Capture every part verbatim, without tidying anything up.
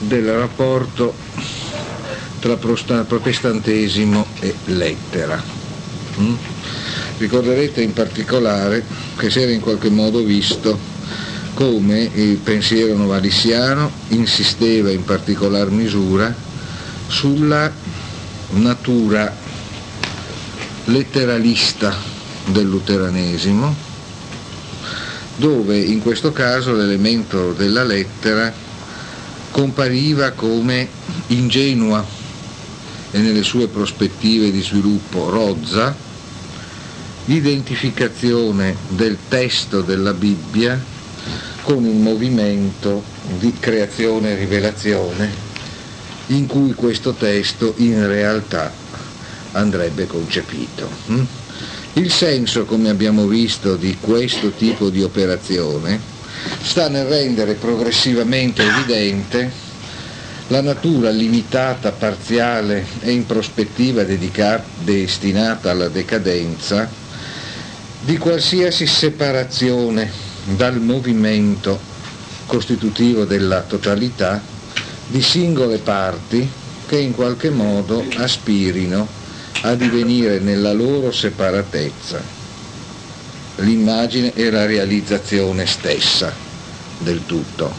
del rapporto tra protestantesimo e lettera. Mm? Ricorderete in particolare che si era in qualche modo visto come il pensiero novalissiano insisteva in particolar misura sulla natura letteralista del luteranesimo, dove in questo caso l'elemento della lettera compariva come ingenua e nelle sue prospettive di sviluppo rozza l'identificazione del testo della Bibbia con il movimento di creazione e rivelazione in cui questo testo in realtà andrebbe concepito. Il senso, come abbiamo visto, di questo tipo di operazione sta nel rendere progressivamente evidente la natura limitata, parziale e in prospettiva dedicata, destinata alla decadenza di qualsiasi separazione dal movimento costitutivo della totalità di singole parti che in qualche modo aspirino a divenire nella loro separatezza l'immagine e la realizzazione stessa del tutto.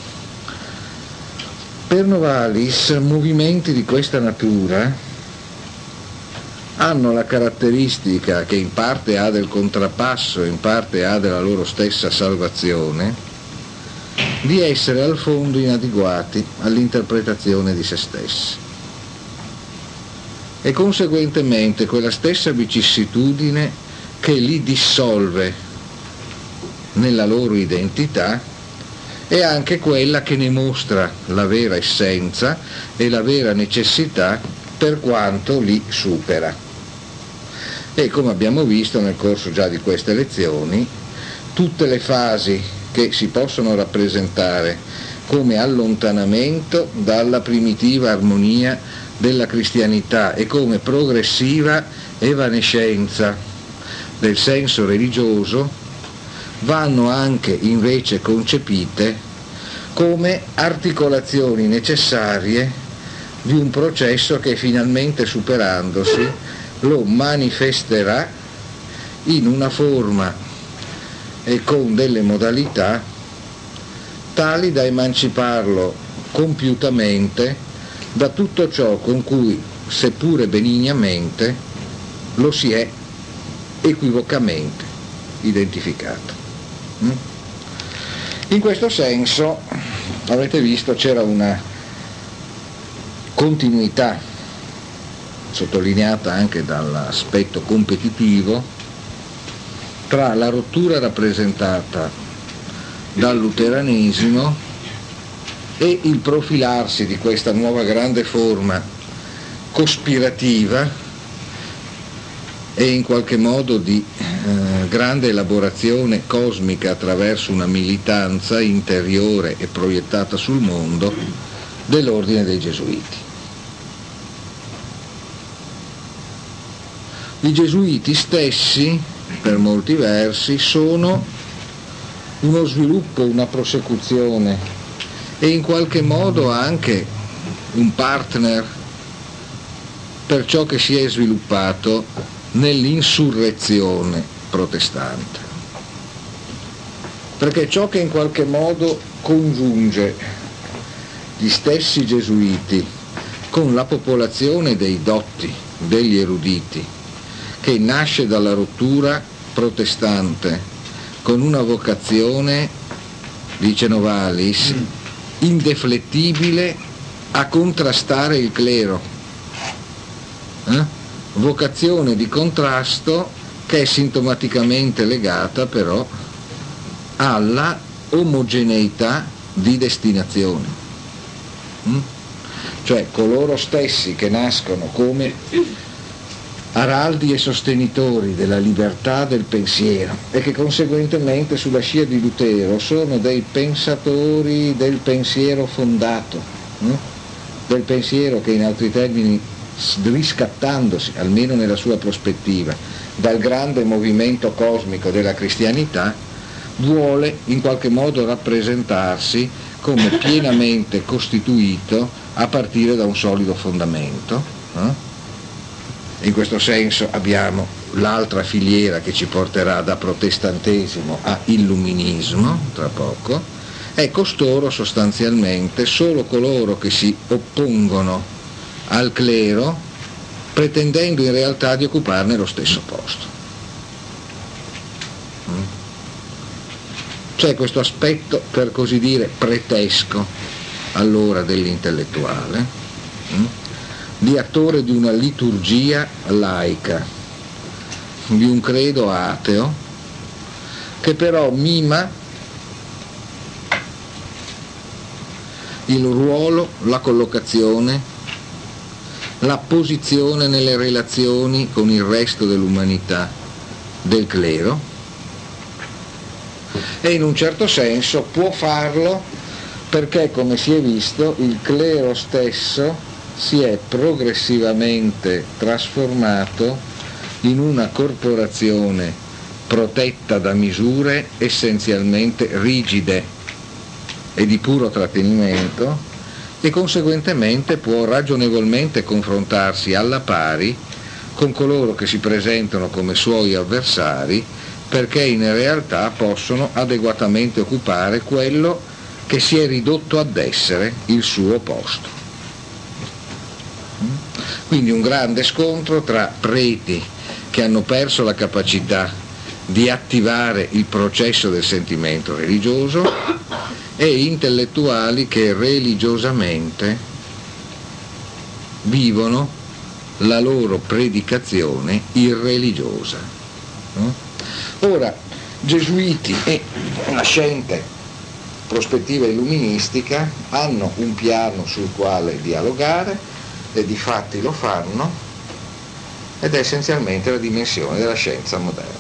Per Novalis, movimenti di questa natura hanno la caratteristica, che in parte ha del contrappasso, in parte ha della loro stessa salvazione, di essere al fondo inadeguati all'interpretazione di se stessi. E conseguentemente quella stessa vicissitudine che li dissolve nella loro identità è anche quella che ne mostra la vera essenza e la vera necessità per quanto li supera. E come abbiamo visto nel corso già di queste lezioni, tutte le fasi che si possono rappresentare come allontanamento dalla primitiva armonia della cristianità e come progressiva evanescenza del senso religioso vanno anche invece concepite come articolazioni necessarie di un processo che finalmente superandosi lo manifesterà in una forma e con delle modalità tali da emanciparlo compiutamente da tutto ciò con cui, seppure benignamente, lo si è equivocamente identificato. In questo senso, avrete visto, c'era una continuità, sottolineata anche dall'aspetto competitivo, tra la rottura rappresentata dal luteranesimo e il profilarsi di questa nuova grande forma cospirativa e in qualche modo di eh, grande elaborazione cosmica attraverso una militanza interiore e proiettata sul mondo dell'ordine dei Gesuiti. I Gesuiti stessi, per molti versi, sono uno sviluppo, una prosecuzione e in qualche modo anche un partner per ciò che si è sviluppato nell'insurrezione protestante. Perché ciò che in qualche modo congiunge gli stessi Gesuiti con la popolazione dei dotti, degli eruditi, che nasce dalla rottura protestante con una vocazione, dice Novalis, indeflettibile a contrastare il clero, eh? vocazione di contrasto che è sintomaticamente legata però alla omogeneità di destinazione, mm? cioè coloro stessi che nascono come araldi e sostenitori della libertà del pensiero e che conseguentemente sulla scia di Lutero sono dei pensatori del pensiero fondato, eh? del pensiero che in altri termini, riscattandosi, almeno nella sua prospettiva, dal grande movimento cosmico della cristianità, vuole in qualche modo rappresentarsi come pienamente costituito a partire da un solido fondamento. Eh? In questo senso abbiamo l'altra filiera che ci porterà da protestantesimo a illuminismo tra poco, e costoro sostanzialmente solo coloro che si oppongono al clero, pretendendo in realtà di occuparne lo stesso posto. C'è questo aspetto, per così dire, pretesco allora dell'intellettuale, di attore di una liturgia laica, di un credo ateo, che però mima il ruolo, la collocazione, la posizione nelle relazioni con il resto dell'umanità del clero, e in un certo senso può farlo perché, come si è visto, il clero stesso si è progressivamente trasformato in una corporazione protetta da misure essenzialmente rigide e di puro trattenimento, e conseguentemente può ragionevolmente confrontarsi alla pari con coloro che si presentano come suoi avversari, perché in realtà possono adeguatamente occupare quello che si è ridotto ad essere il suo posto. Quindi un grande scontro tra preti che hanno perso la capacità di attivare il processo del sentimento religioso e intellettuali che religiosamente vivono la loro predicazione irreligiosa. Ora, gesuiti e nascente prospettiva illuministica hanno un piano sul quale dialogare, e di fatti lo fanno, ed è essenzialmente la dimensione della scienza moderna.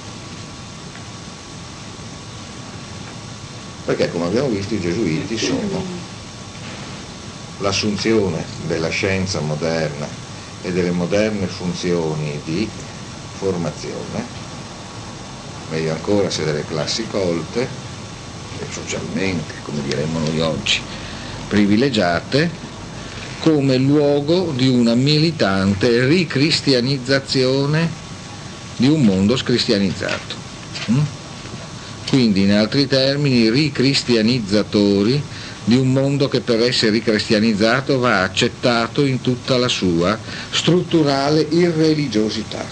Perché, come abbiamo visto, i gesuiti sono l'assunzione della scienza moderna e delle moderne funzioni di formazione, meglio ancora se delle classi colte e socialmente, come diremmo noi oggi, privilegiate, come luogo di una militante ricristianizzazione di un mondo scristianizzato. Quindi, in altri termini, ricristianizzatori di un mondo che per essere ricristianizzato va accettato in tutta la sua strutturale irreligiosità.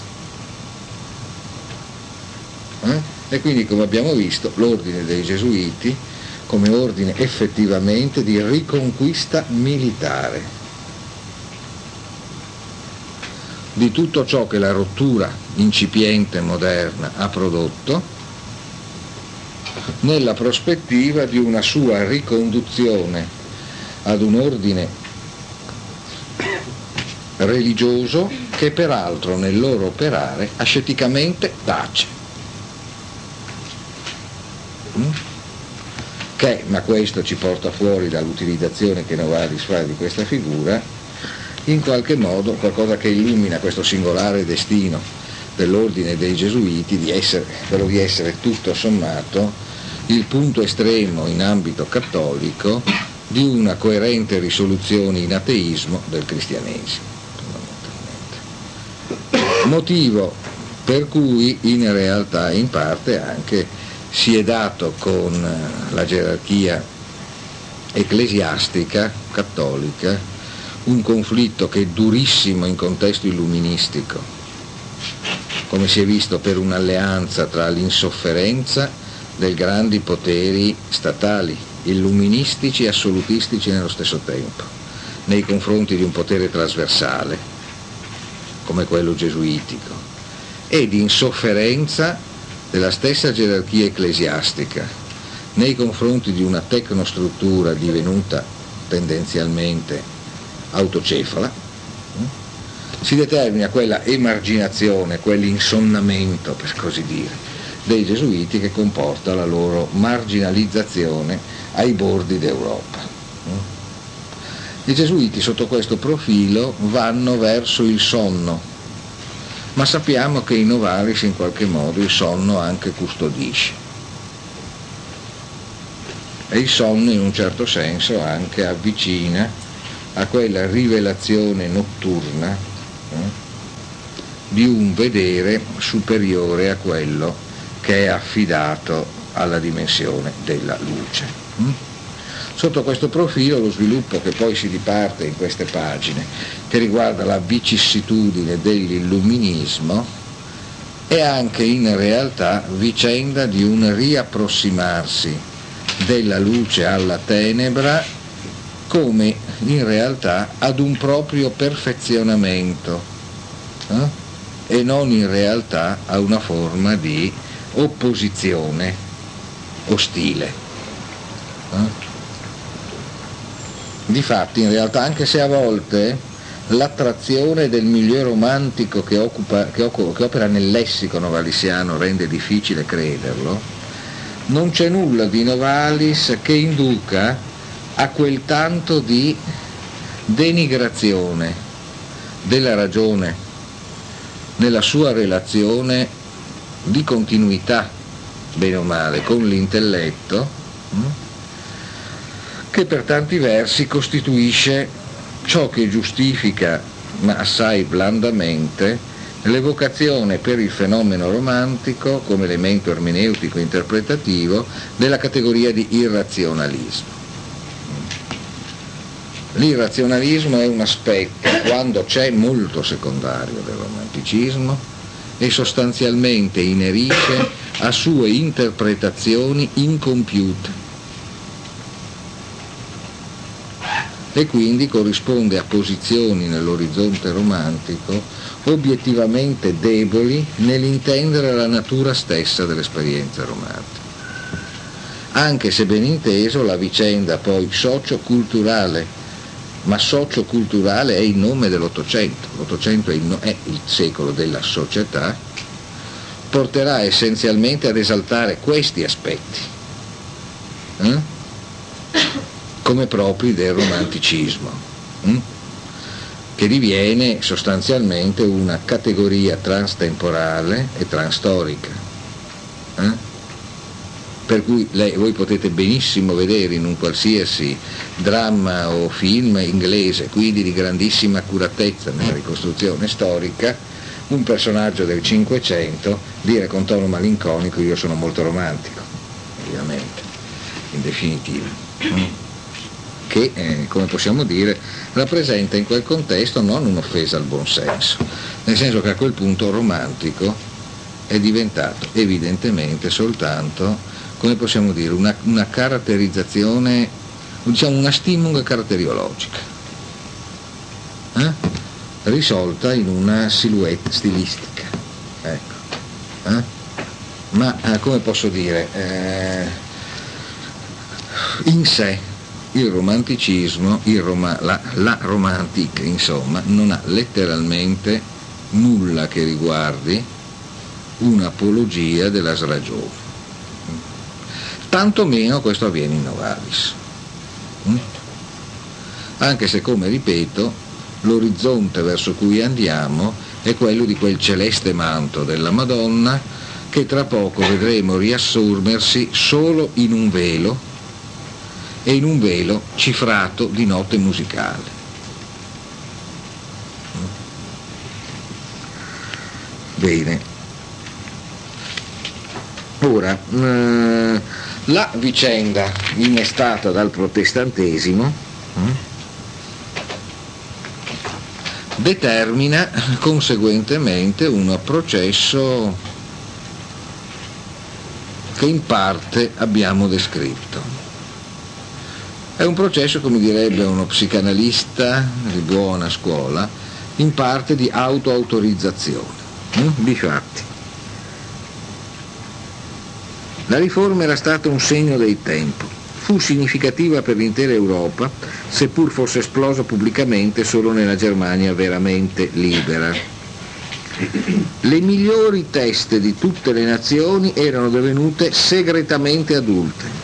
Eh? E quindi, come abbiamo visto, l'ordine dei Gesuiti come ordine effettivamente di riconquista militare di tutto ciò che la rottura incipiente moderna ha prodotto, nella prospettiva di una sua riconduzione ad un ordine religioso che peraltro nel loro operare asceticamente tace. Mm? Che, ma questo ci porta fuori dall'utilizzazione che Novalis fa di questa figura, in qualche modo qualcosa che illumina questo singolare destino dell'ordine dei Gesuiti di essere, quello di essere tutto sommato il punto estremo in ambito cattolico di una coerente risoluzione in ateismo del cristianesimo, fondamentalmente. Motivo per cui in realtà in parte anche si è dato con la gerarchia ecclesiastica cattolica un conflitto che è durissimo in contesto illuministico, come si è visto per un'alleanza tra l'insofferenza dei grandi poteri statali, illuministici e assolutistici nello stesso tempo, nei confronti di un potere trasversale, come quello gesuitico, e di insofferenza della stessa gerarchia ecclesiastica nei confronti di una tecnostruttura divenuta tendenzialmente autocefala. Si determina quella emarginazione, quell'insonnamento, per così dire, dei gesuiti che comporta la loro marginalizzazione ai bordi d'Europa. I gesuiti sotto questo profilo vanno verso il sonno, ma sappiamo che in Novalis in qualche modo il sonno anche custodisce. E il sonno in un certo senso anche avvicina a quella rivelazione notturna eh, di un vedere superiore a quello che è affidato alla dimensione della luce. Mm? Sotto questo profilo lo sviluppo che poi si diparte in queste pagine, che riguarda la vicissitudine dell'illuminismo, è anche in realtà vicenda di un riapprossimarsi della luce alla tenebra come in realtà ad un proprio perfezionamento eh? e non in realtà a una forma di opposizione ostile. Eh? Difatti in realtà, anche se a volte l'attrazione del milieu romantico che, occupa, che, occupa, che opera nel lessico novalisiano rende difficile crederlo, non c'è nulla di Novalis che induca a quel tanto di denigrazione della ragione nella sua relazione di continuità, bene o male, con l'intelletto, che per tanti versi costituisce ciò che giustifica, ma assai blandamente, l'evocazione per il fenomeno romantico come elemento ermeneutico interpretativo della categoria di irrazionalismo. L'irrazionalismo è un aspetto, quando c'è, molto secondario del romanticismo e sostanzialmente inerisce a sue interpretazioni incompiute e quindi corrisponde a posizioni nell'orizzonte romantico obiettivamente deboli nell'intendere la natura stessa dell'esperienza romantica. Anche se ben inteso la vicenda poi socioculturale, ma socioculturale è il nome dell'Ottocento, l'Ottocento è il, no- è il secolo della società, porterà essenzialmente ad esaltare questi aspetti eh? come propri del romanticismo, hm? che diviene sostanzialmente una categoria transtemporale e transstorica, eh? per cui lei, voi potete benissimo vedere in un qualsiasi dramma o film inglese, quindi di grandissima accuratezza nella ricostruzione storica, un personaggio del Cinquecento dire con tono malinconico: io sono molto romantico, ovviamente, in definitiva, che, eh, come possiamo dire, rappresenta in quel contesto non un'offesa al buon senso, nel senso che a quel punto romantico è diventato evidentemente soltanto, come possiamo dire, una, una caratterizzazione, diciamo una stimula caratteriologica, eh? risolta in una silhouette stilistica, ecco. Eh? Ma eh, come posso dire, eh, in sé il romanticismo, il Roma, la, la romantica insomma, non ha letteralmente nulla che riguardi un'apologia della sragione. Tanto meno questo avviene in Novalis, anche se, come ripeto, l'orizzonte verso cui andiamo è quello di quel celeste manto della Madonna che tra poco vedremo riassumersi solo in un velo, e in un velo cifrato di note musicali. Bene, ora eh, la vicenda innestata dal protestantesimo eh, determina conseguentemente un processo che in parte abbiamo descritto. È un processo, come direbbe uno psicanalista di buona scuola, in parte di autoautorizzazione. Difatti, la riforma era stata un segno dei tempi, fu significativa per l'intera Europa, seppur fosse esplosa pubblicamente solo nella Germania veramente libera. Le migliori teste di tutte le nazioni erano divenute segretamente adulte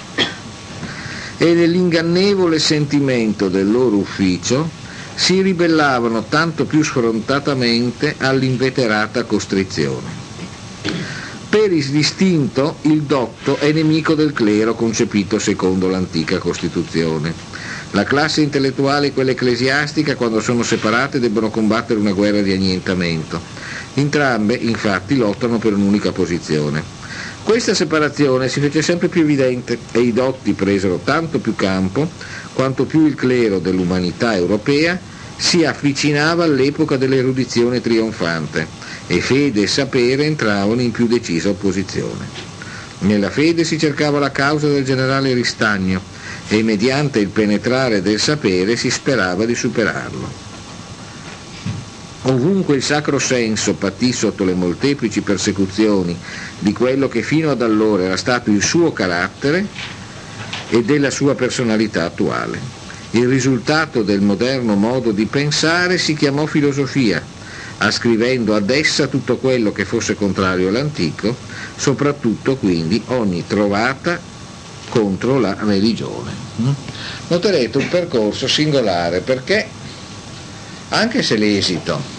e nell'ingannevole sentimento del loro ufficio si ribellavano tanto più sfrontatamente all'inveterata costrizione. Per istinto il dotto è nemico del clero concepito secondo l'antica Costituzione. La classe intellettuale e quella ecclesiastica, quando sono separate, debbono combattere una guerra di annientamento. Entrambe, infatti, lottano per un'unica posizione. Questa separazione si fece sempre più evidente e i dotti presero tanto più campo quanto più il clero dell'umanità europea si avvicinava all'epoca dell'erudizione trionfante e fede e sapere entravano in più decisa opposizione. Nella fede si cercava la causa del generale ristagno e mediante il penetrare del sapere si sperava di superarlo. Ovunque il sacro senso patì sotto le molteplici persecuzioni di quello che fino ad allora era stato il suo carattere e della sua personalità attuale. Il risultato del moderno modo di pensare si chiamò filosofia, ascrivendo ad essa tutto quello che fosse contrario all'antico, soprattutto quindi ogni trovata contro la religione. Noterete un percorso singolare perché, anche se l'esito,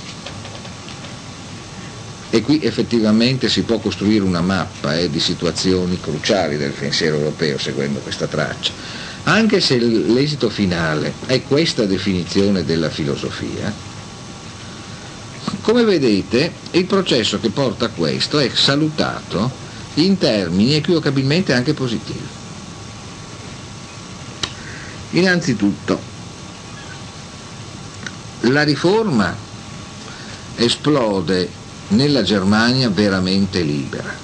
e qui effettivamente si può costruire una mappa eh, di situazioni cruciali del pensiero europeo seguendo questa traccia, anche se l'esito finale è questa definizione della filosofia, come vedete il processo che porta a questo è salutato in termini equivocabilmente anche positivi. Innanzitutto, la riforma esplode nella Germania veramente libera.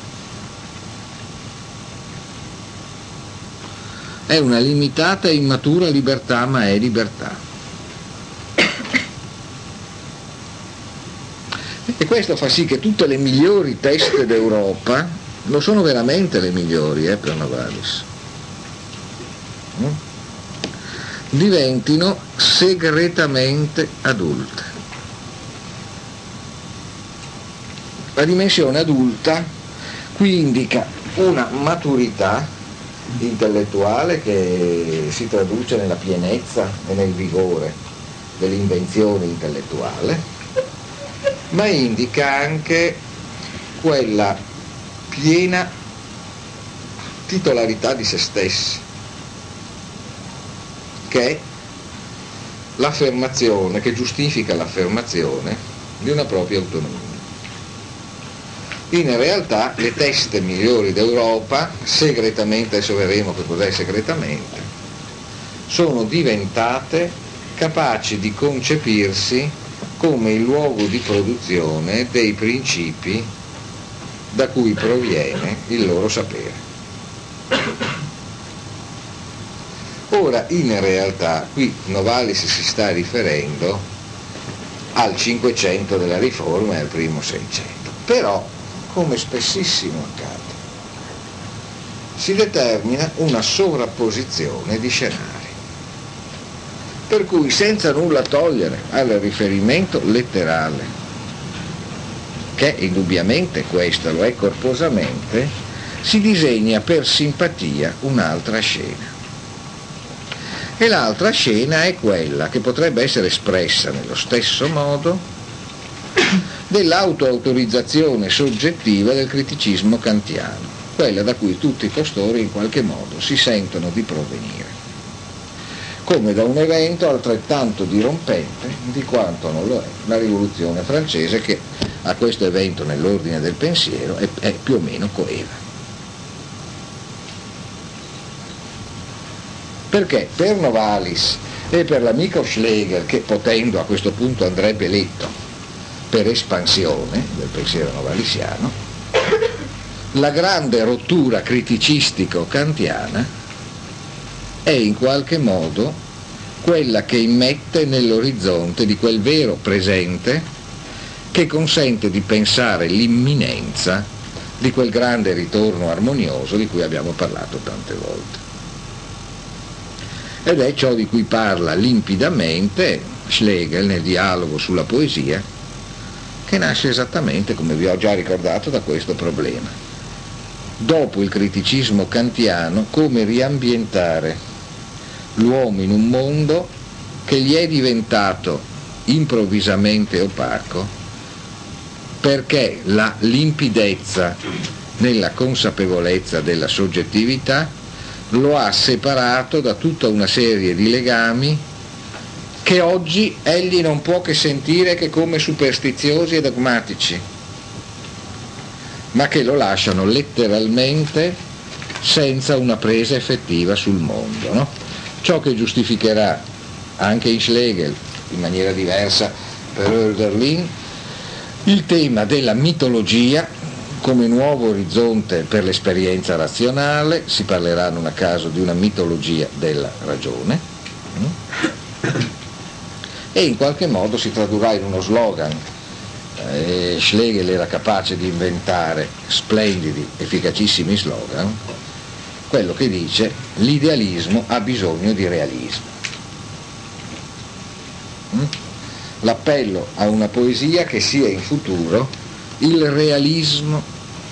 È una limitata e immatura libertà, ma è libertà. E questo fa sì che tutte le migliori teste d'Europa, lo sono veramente le migliori eh, per Novalis, diventino segretamente adulte. La dimensione adulta qui indica una maturità intellettuale che si traduce nella pienezza e nel vigore dell'invenzione intellettuale, ma indica anche quella piena titolarità di se stessi, che è l'affermazione, che giustifica l'affermazione di una propria autonomia. In realtà le teste migliori d'Europa, segretamente, adesso vedremo che cos'è segretamente, sono diventate capaci di concepirsi come il luogo di produzione dei principi da cui proviene il loro sapere. Ora, in realtà, qui Novalis si sta riferendo al Cinquecento della Riforma e al primo Seicento, però, come spessissimo accade, si determina una sovrapposizione di scenari, per cui senza nulla togliere al riferimento letterale, che indubbiamente questo lo è corposamente, si disegna per simpatia un'altra scena. E l'altra scena è quella che potrebbe essere espressa nello stesso modo dell'autoautorizzazione soggettiva del criticismo kantiano, quella da cui tutti costoro in qualche modo si sentono di provenire, come da un evento altrettanto dirompente di quanto non lo è la rivoluzione francese, che a questo evento nell'ordine del pensiero è, è più o meno coeva. Perché per Novalis e per l'amico Schlegel, che potendo a questo punto andrebbe letto per espansione del pensiero novalisiano, la grande rottura criticistico-kantiana è in qualche modo quella che immette nell'orizzonte di quel vero presente che consente di pensare l'imminenza di quel grande ritorno armonioso di cui abbiamo parlato tante volte. Ed è ciò di cui parla limpidamente Schlegel nel dialogo sulla poesia, che nasce esattamente, come vi ho già ricordato, da questo problema. Dopo il criticismo kantiano, come riambientare l'uomo in un mondo che gli è diventato improvvisamente opaco perché la limpidezza nella consapevolezza della soggettività lo ha separato da tutta una serie di legami che oggi egli non può che sentire che come superstiziosi e dogmatici, ma che lo lasciano letteralmente senza una presa effettiva sul mondo, no? Ciò che giustificherà anche in Schlegel, in maniera diversa per Hölderlin, il tema della mitologia come nuovo orizzonte per l'esperienza razionale. Si parlerà non a caso di una mitologia della ragione, e in qualche modo si tradurrà in uno slogan. Eh, Schlegel era capace di inventare splendidi, efficacissimi slogan, quello che dice: l'idealismo ha bisogno di realismo. L'appello a una poesia che sia in futuro il realismo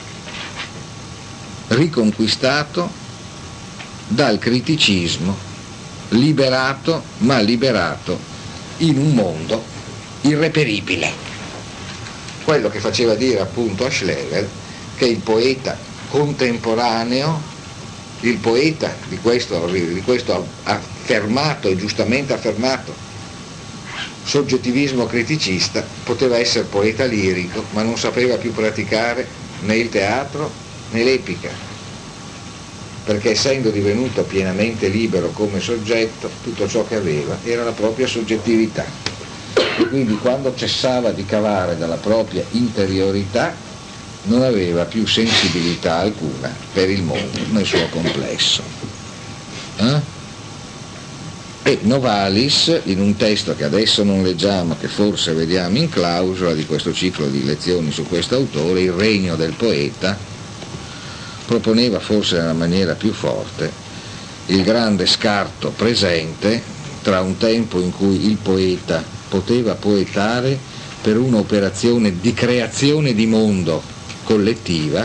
riconquistato dal criticismo, liberato, ma liberato in un mondo irreperibile. Quello che faceva dire appunto a Schlegel che il poeta contemporaneo, il poeta di questo, di questo affermato e giustamente affermato soggettivismo criticista, poteva essere poeta lirico, ma non sapeva più praticare né il teatro né l'epica, perché essendo divenuto pienamente libero come soggetto, tutto ciò che aveva era la propria soggettività, e quindi quando cessava di cavare dalla propria interiorità non aveva più sensibilità alcuna per il mondo nel suo complesso. Eh? E Novalis, in un testo che adesso non leggiamo, che forse vediamo in clausola di questo ciclo di lezioni su questo autore, Il regno del poeta, proponeva forse nella maniera più forte il grande scarto presente tra un tempo in cui il poeta poteva poetare per un'operazione di creazione di mondo collettiva,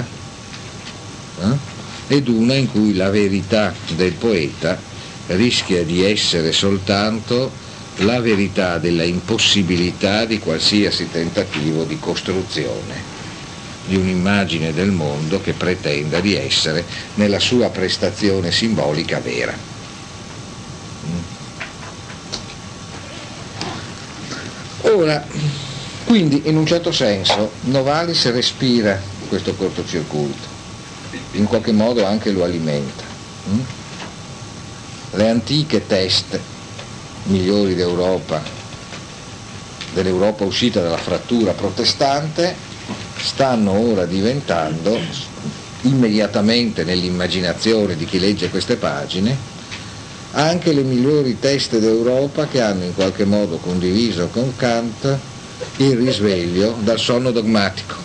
eh, ed una in cui la verità del poeta rischia di essere soltanto la verità della impossibilità di qualsiasi tentativo di costruzione di un'immagine del mondo che pretenda di essere nella sua prestazione simbolica vera. Ora, quindi in un certo senso Novalis respira questo cortocircuito, in qualche modo anche lo alimenta. Le antiche teste migliori d'Europa, dell'Europa uscita dalla frattura protestante, stanno ora diventando, immediatamente nell'immaginazione di chi legge queste pagine, anche le migliori teste d'Europa che hanno in qualche modo condiviso con Kant il risveglio dal sonno dogmatico.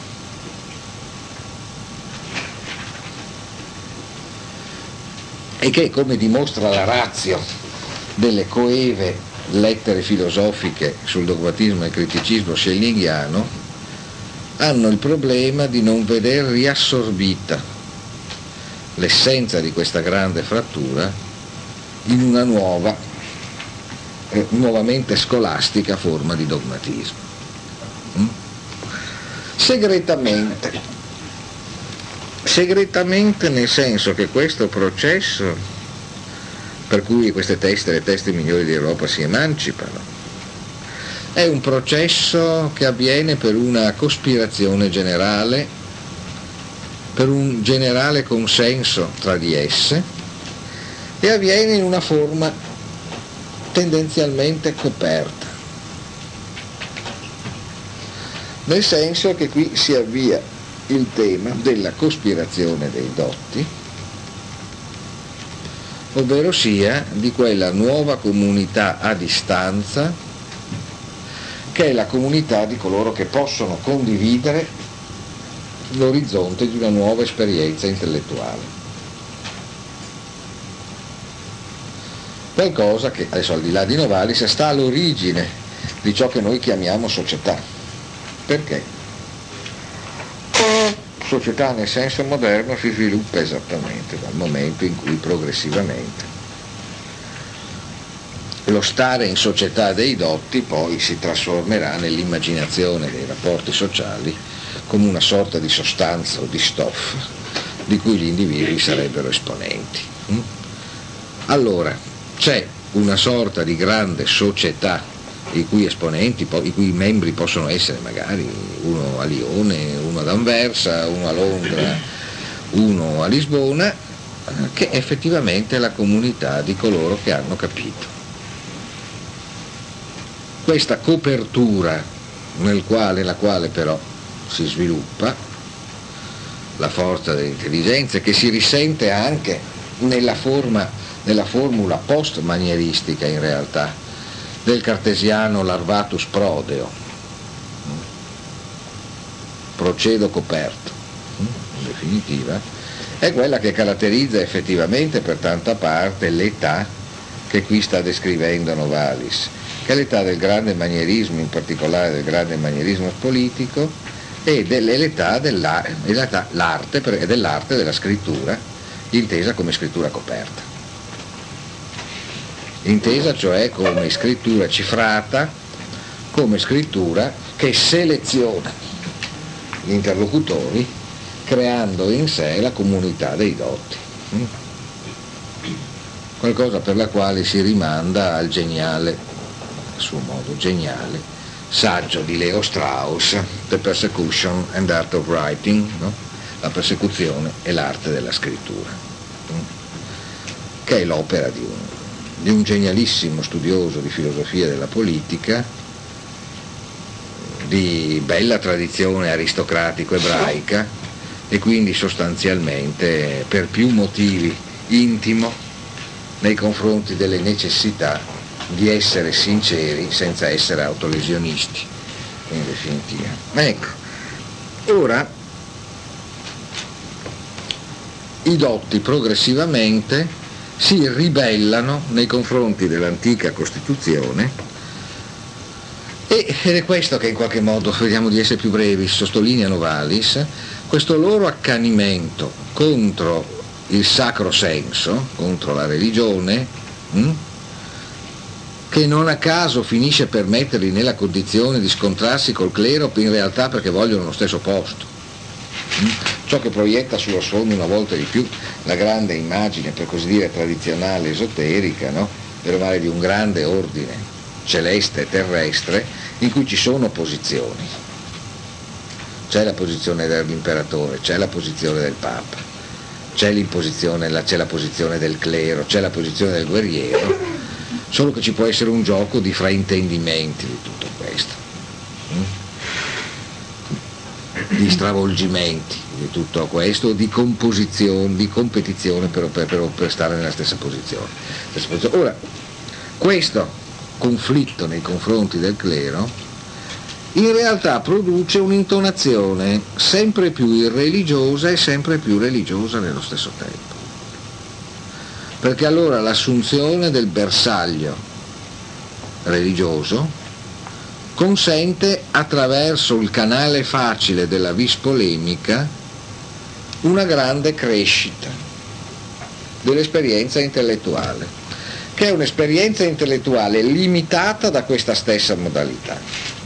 E che, come dimostra la ratio delle coeve lettere filosofiche sul dogmatismo e criticismo schellingiano, hanno il problema di non veder riassorbita l'essenza di questa grande frattura in una nuova, eh, nuovamente scolastica forma di dogmatismo. Mm? Segretamente. Segretamente nel senso che questo processo per cui queste teste, le teste migliori d'Europa si emancipano, è un processo che avviene per una cospirazione generale, per un generale consenso tra di esse, e avviene in una forma tendenzialmente coperta, nel senso che qui si avvia il tema della cospirazione dei dotti, ovvero sia di quella nuova comunità a distanza che è la comunità di coloro che possono condividere l'orizzonte di una nuova esperienza intellettuale. Qualcosa che, adesso al di là di Novalis, sta all'origine di ciò che noi chiamiamo società. Perché? Società nel senso moderno si sviluppa esattamente dal momento in cui progressivamente lo stare in società dei dotti poi si trasformerà nell'immaginazione dei rapporti sociali come una sorta di sostanza o di stoffa di cui gli individui sarebbero esponenti. Allora, c'è una sorta di grande società i cui esponenti, i cui membri possono essere magari uno a Lione, uno ad Anversa, uno a Londra, uno a Lisbona, che effettivamente è la comunità di coloro che hanno capito. Questa copertura nel quale, la quale però si sviluppa la forza delle intelligenze, che si risente anche nella forma, nella formula post-manieristica in realtà del cartesiano larvatus prodeo, procedo coperto, in definitiva, è quella che caratterizza effettivamente per tanta parte l'età che qui sta descrivendo Novalis, che è l'età del grande manierismo, in particolare del grande manierismo politico, e dell'età dell'arte, dell'arte della scrittura, intesa come scrittura coperta. Intesa cioè come scrittura cifrata, come scrittura che seleziona gli interlocutori creando in sé la comunità dei dotti, qualcosa per la quale si rimanda al geniale, a suo modo geniale, saggio di Leo Strauss, The Persecution and Art of Writing, no? La persecuzione e l'arte della scrittura, che è l'opera di un di un genialissimo studioso di filosofia della politica, di bella tradizione aristocratico-ebraica e quindi sostanzialmente per più motivi intimo nei confronti delle necessità di essere sinceri senza essere autolesionisti, in definitiva. Ecco, ora i dotti progressivamente si ribellano nei confronti dell'antica Costituzione e, ed è questo che in qualche modo, vediamo di essere più brevi, sottolinea Novalis, questo loro accanimento contro il sacro senso, contro la religione, hm? che non a caso finisce per metterli nella condizione di scontrarsi col clero in realtà perché vogliono lo stesso posto. Hm? Ciò che proietta sullo sfondo una volta di più la grande immagine, per così dire, tradizionale, esoterica, no? Per male di un grande ordine celeste e terrestre in cui ci sono posizioni. C'è la posizione dell'imperatore, c'è la posizione del Papa, c'è l'imposizione, c'è la posizione del clero, c'è la posizione del guerriero, solo che ci può essere un gioco di fraintendimenti di tutto questo, di stravolgimenti di tutto questo, di composizione, di competizione per, per, per stare nella stessa posizione. Ora, questo conflitto nei confronti del clero in realtà produce un'intonazione sempre più irreligiosa e sempre più religiosa nello stesso tempo. Perché allora l'assunzione del bersaglio religioso consente, attraverso il canale facile della vis polemica, una grande crescita dell'esperienza intellettuale, che è un'esperienza intellettuale limitata da questa stessa modalità,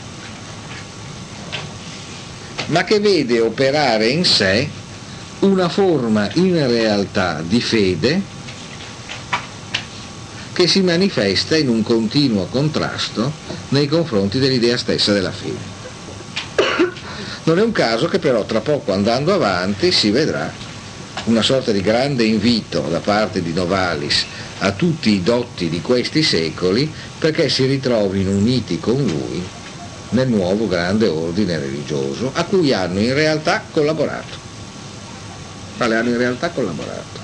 ma che vede operare in sé una forma in realtà di fede che si manifesta in un continuo contrasto nei confronti dell'idea stessa della fede. Non è un caso che però tra poco, andando avanti, si vedrà una sorta di grande invito da parte di Novalis a tutti i dotti di questi secoli perché si ritrovino uniti con lui nel nuovo grande ordine religioso a cui hanno in realtà collaborato. Quale hanno in realtà collaborato.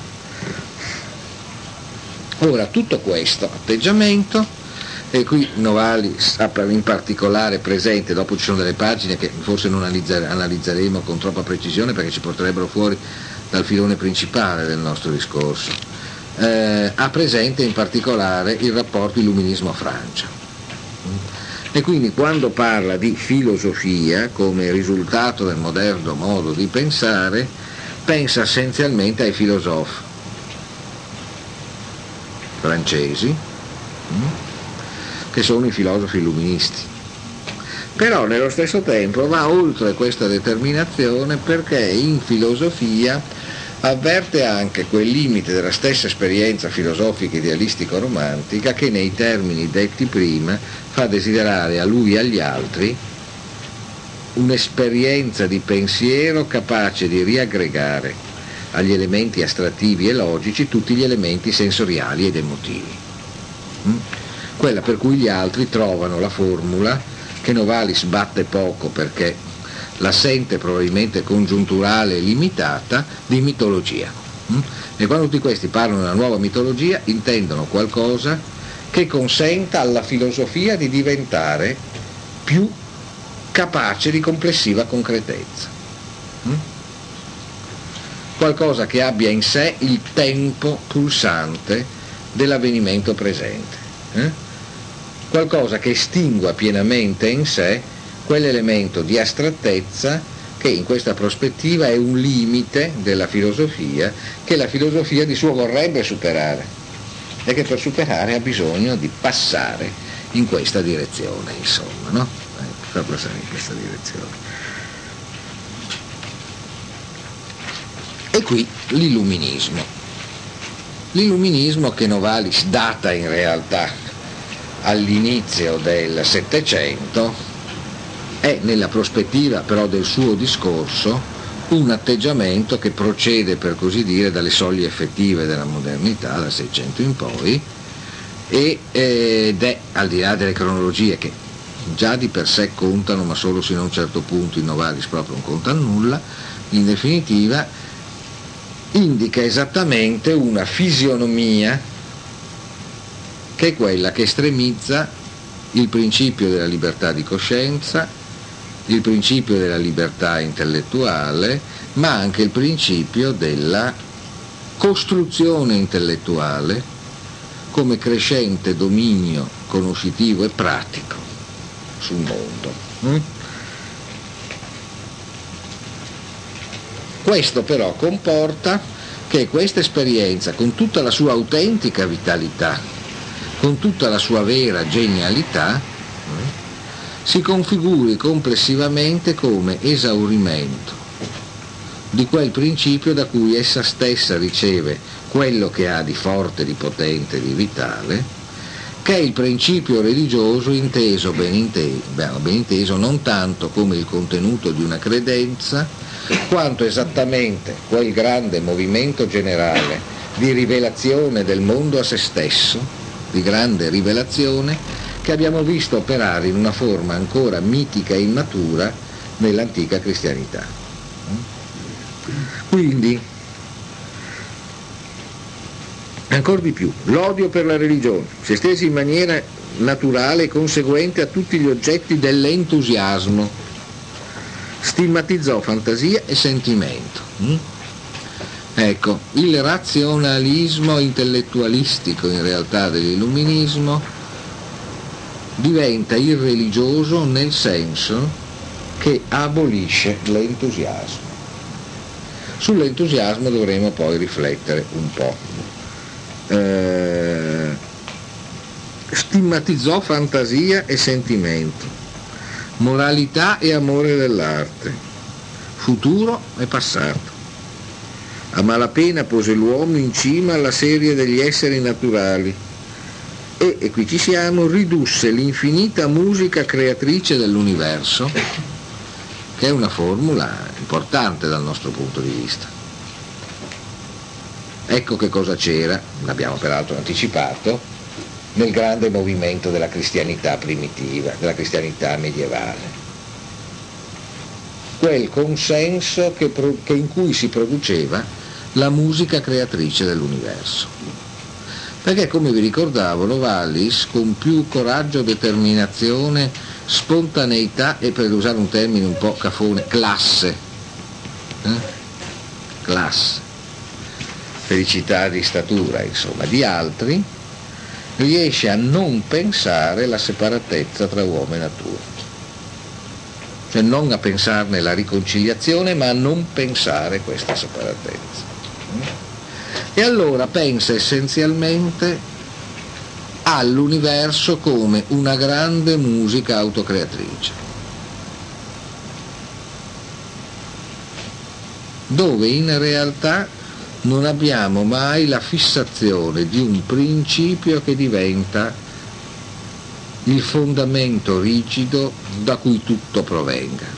Ora, tutto questo atteggiamento, e qui Novalis ha in particolare presente, dopo ci sono delle pagine che forse non analizzeremo con troppa precisione perché ci porterebbero fuori dal filone principale del nostro discorso, eh, ha presente in particolare il rapporto illuminismo-Francia. E quindi quando parla di filosofia come risultato del moderno modo di pensare, pensa essenzialmente ai filosofi francesi, che sono i filosofi illuministi, Però nello stesso tempo va oltre questa determinazione, perché in filosofia avverte anche quel limite della stessa esperienza filosofica idealistico-romantica che nei termini detti prima fa desiderare a lui e agli altri un'esperienza di pensiero capace di riaggregare agli elementi astrattivi e logici tutti gli elementi sensoriali ed emotivi. Quella per cui gli altri trovano la formula che Novalis batte poco perché la sente probabilmente congiunturale e limitata, di mitologia. E quando tutti questi parlano della nuova mitologia intendono qualcosa che consenta alla filosofia di diventare più capace di complessiva concretezza. Qualcosa che abbia in sé il tempo pulsante dell'avvenimento presente. Eh? Qualcosa che estingua pienamente in sé quell'elemento di astrattezza che in questa prospettiva è un limite della filosofia, che la filosofia di suo vorrebbe superare e che per superare ha bisogno di passare in questa direzione, insomma, no? Eh, per passare in questa direzione. E qui l'illuminismo. L'illuminismo che Novalis data in realtà all'inizio del Settecento è, nella prospettiva però del suo discorso, un atteggiamento che procede, per così dire, dalle soglie effettive della modernità, dal Seicento in poi, e, ed è, al di là delle cronologie che già di per sé contano, ma solo sino a un certo punto, in Novalis proprio non conta nulla, in definitiva indica esattamente una fisionomia che è quella che estremizza il principio della libertà di coscienza, il principio della libertà intellettuale, ma anche il principio della costruzione intellettuale come crescente dominio conoscitivo e pratico sul mondo. Mm? Questo però comporta che questa esperienza, con tutta la sua autentica vitalità, con tutta la sua vera genialità, si configuri complessivamente come esaurimento di quel principio da cui essa stessa riceve quello che ha di forte, di potente, di vitale, che è il principio religioso inteso, ben inteso, ben inteso non tanto come il contenuto di una credenza, quanto esattamente quel grande movimento generale di rivelazione del mondo a se stesso, di grande rivelazione, che abbiamo visto operare in una forma ancora mitica e immatura nell'antica cristianità. Quindi, ancora di più, l'odio per la religione si è esteso in maniera naturale e conseguente a tutti gli oggetti dell'entusiasmo, stigmatizzò fantasia e sentimento. Ecco, il razionalismo intellettualistico in realtà dell'illuminismo diventa irreligioso nel senso che abolisce l'entusiasmo. Sull'entusiasmo dovremo poi riflettere un po'. Eh, stigmatizzò fantasia e sentimento, moralità e amore dell'arte, futuro e passato. A malapena pose l'uomo in cima alla serie degli esseri naturali e, e qui ci siamo, ridusse l'infinita musica creatrice dell'universo, che è una formula importante dal nostro punto di vista. Ecco che cosa c'era, l'abbiamo peraltro anticipato, nel grande movimento della cristianità primitiva, della cristianità medievale. Quel consenso che, che in cui si produceva la musica creatrice dell'universo. Perché, come vi ricordavo, Novalis, con più coraggio, determinazione, spontaneità e, per usare un termine un po' cafone, classe, eh? classe, felicità di statura, insomma, di altri, riesce a non pensare la separatezza tra uomo e natura. Cioè non a pensarne la riconciliazione, ma a non pensare questa separatezza. E allora pensa essenzialmente all'universo come una grande musica autocreatrice. dove in realtà non abbiamo mai la fissazione di un principio che diventa il fondamento rigido da cui tutto provenga.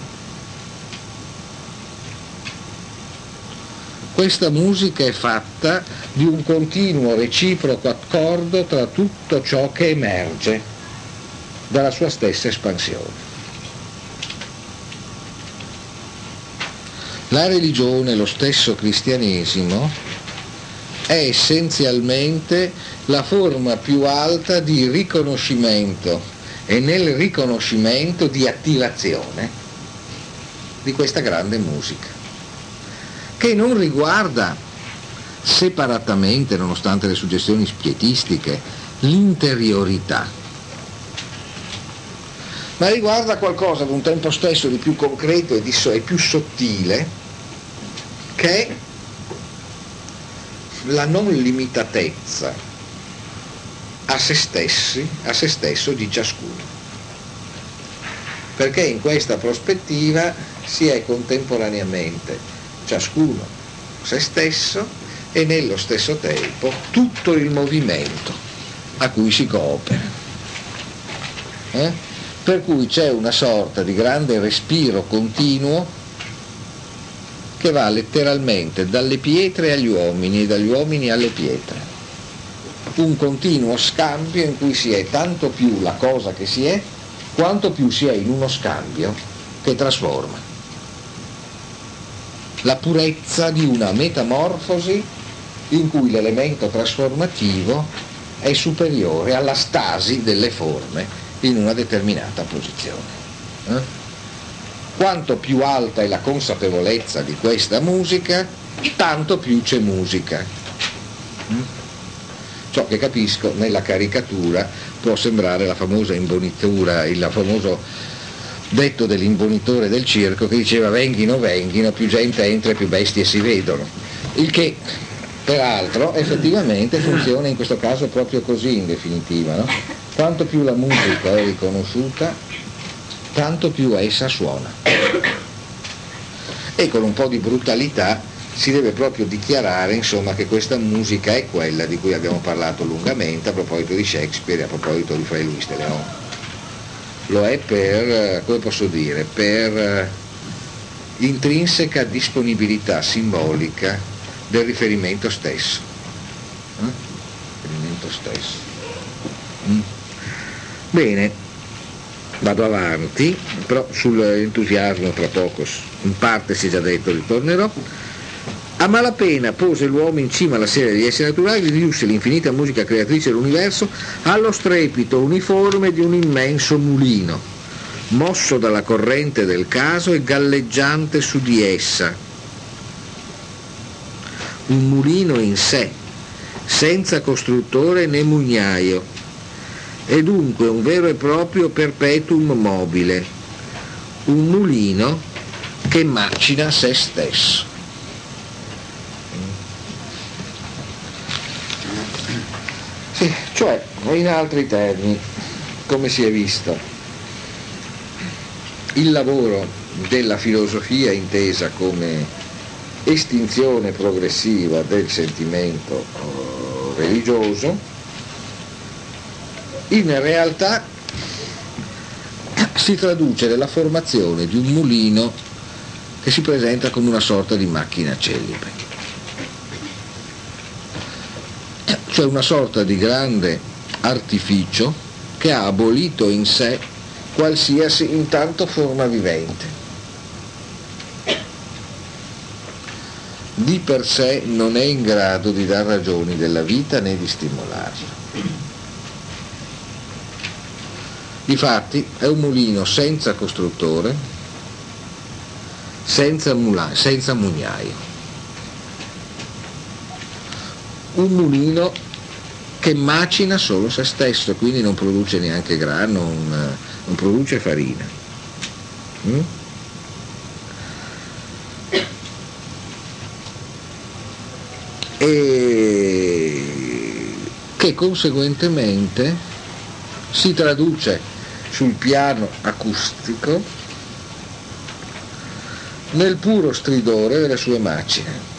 Questa musica è fatta di un continuo reciproco accordo tra tutto ciò che emerge dalla sua stessa espansione. La religione, lo stesso cristianesimo, è essenzialmente la forma più alta di riconoscimento e nel riconoscimento di attivazione di questa grande musica, che non riguarda separatamente, nonostante le suggestioni spietistiche, l'interiorità, ma riguarda qualcosa ad un tempo stesso di più concreto e, di so- e più sottile, che è la non limitatezza a se stessi, a se stesso di ciascuno. Perché in questa prospettiva si è contemporaneamente ciascuno se stesso e nello stesso tempo tutto il movimento a cui si coopera. Eh? Per cui c'è una sorta di grande respiro continuo che va letteralmente dalle pietre agli uomini e dagli uomini alle pietre. Un continuo scambio in cui si è tanto più la cosa che si è, quanto più si è in uno scambio che trasforma. La purezza di una metamorfosi in cui l'elemento trasformativo è superiore alla stasi delle forme in una determinata posizione. Eh? Quanto più alta è la consapevolezza di questa musica, tanto più c'è musica. Mm? Ciò che capisco nella caricatura può sembrare la famosa imbonitura, il famoso detto dell'imbonitore del circo che diceva venghino venghino, più gente entra e più bestie si vedono, il che peraltro effettivamente funziona in questo caso proprio così, in definitiva, no? Quanto più la musica è riconosciuta, tanto più essa suona, e con un po' di brutalità si deve proprio dichiarare, insomma, che questa musica è quella di cui abbiamo parlato lungamente a proposito di Shakespeare e a proposito di Fray Luis de León. Lo è per, come posso dire, per intrinseca disponibilità simbolica del riferimento stesso. Eh? Riferimento stesso. Mm. Bene, vado avanti, però sull'entusiasmo tra poco, in parte si è già detto, ritornerò. A malapena pose l'uomo in cima alla serie degli esseri naturali, ridusse l'infinita musica creatrice dell'universo allo strepito uniforme di un immenso mulino, mosso dalla corrente del caso e galleggiante su di essa. Un mulino in sé, senza costruttore né mugnaio, e dunque un vero e proprio perpetuum mobile, un mulino che macina se stesso. Sì, cioè, in altri termini, come si è visto, il lavoro della filosofia intesa come estinzione progressiva del sentimento religioso, in realtà si traduce nella formazione di un mulino che si presenta come una sorta di macchina celibe. Cioè una sorta di grande artificio che ha abolito in sé qualsiasi intanto forma vivente. Di per sé non è in grado di dar ragioni della vita né di stimolarla. Difatti è un mulino senza costruttore, senza, mula- senza mugnaio. Un mulino che macina solo se stesso, quindi non produce neanche grano, non, non produce farina. Mm? E che conseguentemente si traduce sul piano acustico nel puro stridore delle sue macine.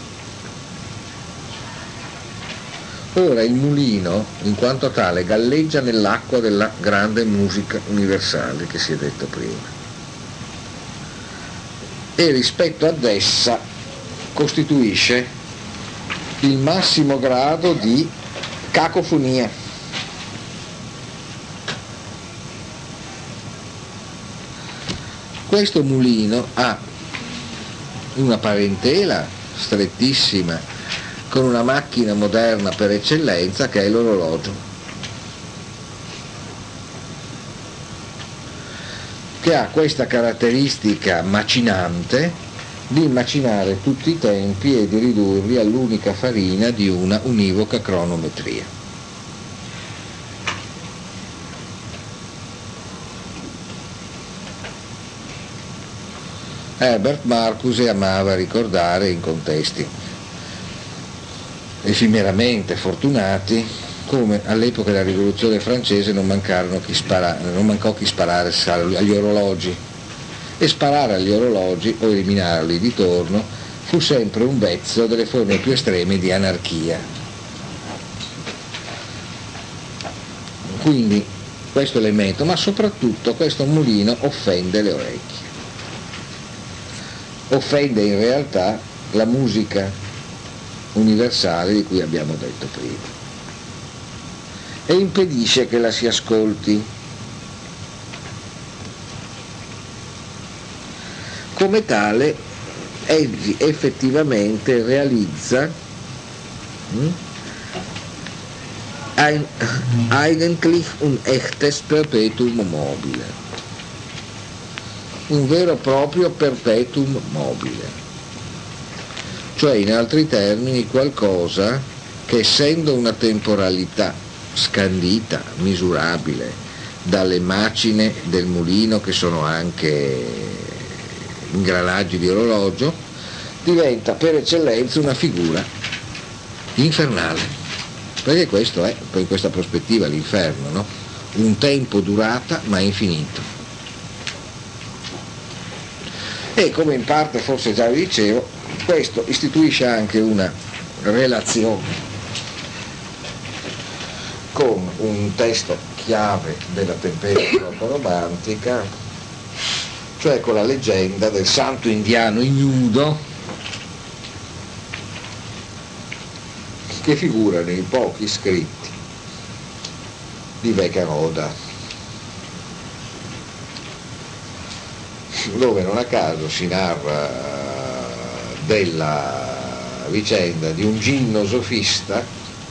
Ora il mulino, in quanto tale, galleggia nell'acqua della grande musica universale che si è detto prima, e rispetto ad essa costituisce il massimo grado di cacofonia. Questo mulino ha una parentela strettissima con una macchina moderna per eccellenza che è l'orologio, che ha questa caratteristica macinante di macinare tutti i tempi e di ridurli all'unica farina di una univoca cronometria. Herbert Marcuse amava ricordare in contesti effimeramente fortunati come all'epoca della rivoluzione francese non, mancarono chi spara, non mancò chi sparare agli orologi, e sparare agli orologi o eliminarli di torno fu sempre un vezzo delle forme più estreme di anarchia. Quindi questo elemento, ma soprattutto questo mulino offende le orecchie, offende in realtà la musica universale di cui abbiamo detto prima, e impedisce che la si ascolti. Come tale, egli effettivamente realizza hm, ein, eigentlich un echtes perpetuum mobile, un vero e proprio perpetuum mobile. Cioè, in altri termini, qualcosa che, essendo una temporalità scandita, misurabile dalle macine del mulino, che sono anche ingranaggi di orologio, diventa per eccellenza una figura infernale. Perché questo è, in questa prospettiva, l'inferno, no? Un tempo durata ma infinito. E come in parte forse già vi dicevo, questo istituisce anche una relazione con un testo chiave della tempesta romantica, cioè con la leggenda del santo indiano ignudo che figura nei pochi scritti di Veccaroda, dove non a caso si narra della vicenda di un ginno sofista,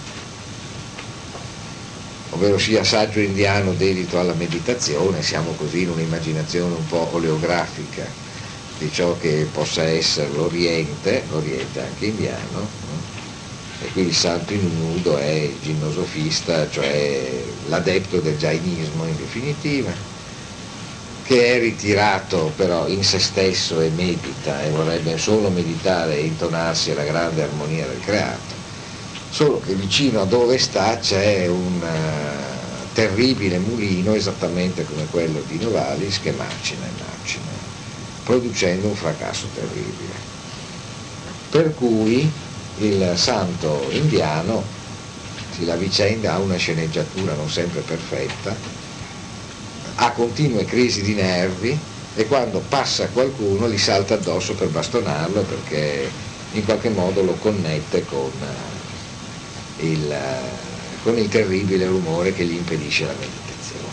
ovvero sia saggio indiano dedito alla meditazione. Siamo così in un'immaginazione un po' oleografica di ciò che possa essere l'Oriente, l'Oriente anche indiano, no? E qui il santo ignudo è il ginno sofista, cioè l'adepto del jainismo in definitiva, che è ritirato però in se stesso e medita e vorrebbe solo meditare e intonarsi alla grande armonia del creato, solo che vicino a dove sta c'è un uh, terribile mulino, esattamente come quello di Novalis, che macina e macina, producendo un fracasso terribile. Per cui il santo indiano, la vicenda ha una sceneggiatura non sempre perfetta, ha continue crisi di nervi, e quando passa qualcuno gli salta addosso per bastonarlo, perché in qualche modo lo connette con il, con il terribile rumore che gli impedisce la meditazione.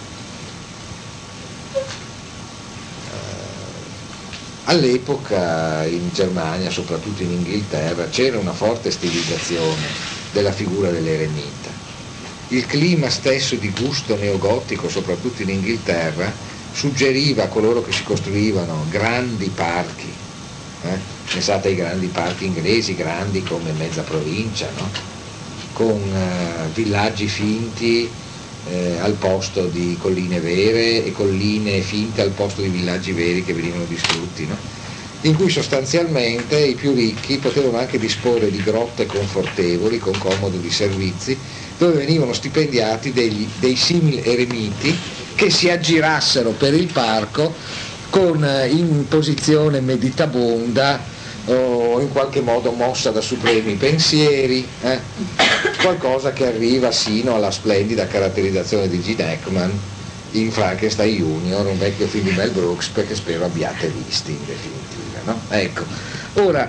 All'epoca in Germania, soprattutto in Inghilterra, c'era una forte stilizzazione della figura dell'eremita. Il clima stesso di gusto neogotico, soprattutto in Inghilterra, suggeriva a coloro che si costruivano grandi parchi, eh? Pensate ai grandi parchi inglesi, grandi come mezza provincia, no? Con eh, villaggi finti eh, al posto di colline vere e colline finte al posto di villaggi veri che venivano distrutti, no? In cui sostanzialmente i più ricchi potevano anche disporre di grotte confortevoli con comodi servizi, dove venivano stipendiati degli, dei simili eremiti che si aggirassero per il parco con, in posizione meditabonda o in qualche modo mossa da supremi pensieri, eh? qualcosa che arriva sino alla splendida caratterizzazione di Gene Hackman in Frankenstein Junior, un vecchio film di Mel Brooks, perché spero abbiate visti in definitiva, no? Ecco, ora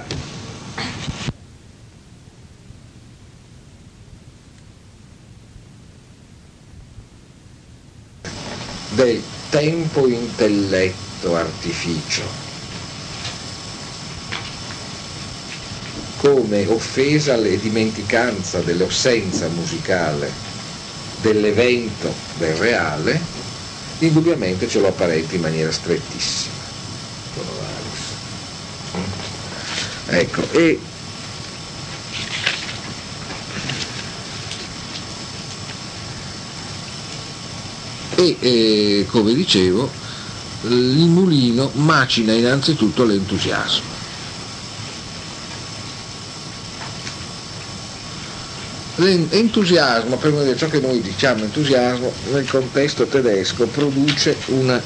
del tempo intelletto artificio come offesa e dimenticanza dell'assenza musicale dell'evento del reale, indubbiamente ce lo apparenta in maniera strettissima con Novalis. Ecco, e e eh, come dicevo, il mulino macina innanzitutto l'entusiasmo. L'entusiasmo, prima di ciò che noi diciamo entusiasmo, nel contesto tedesco produce una,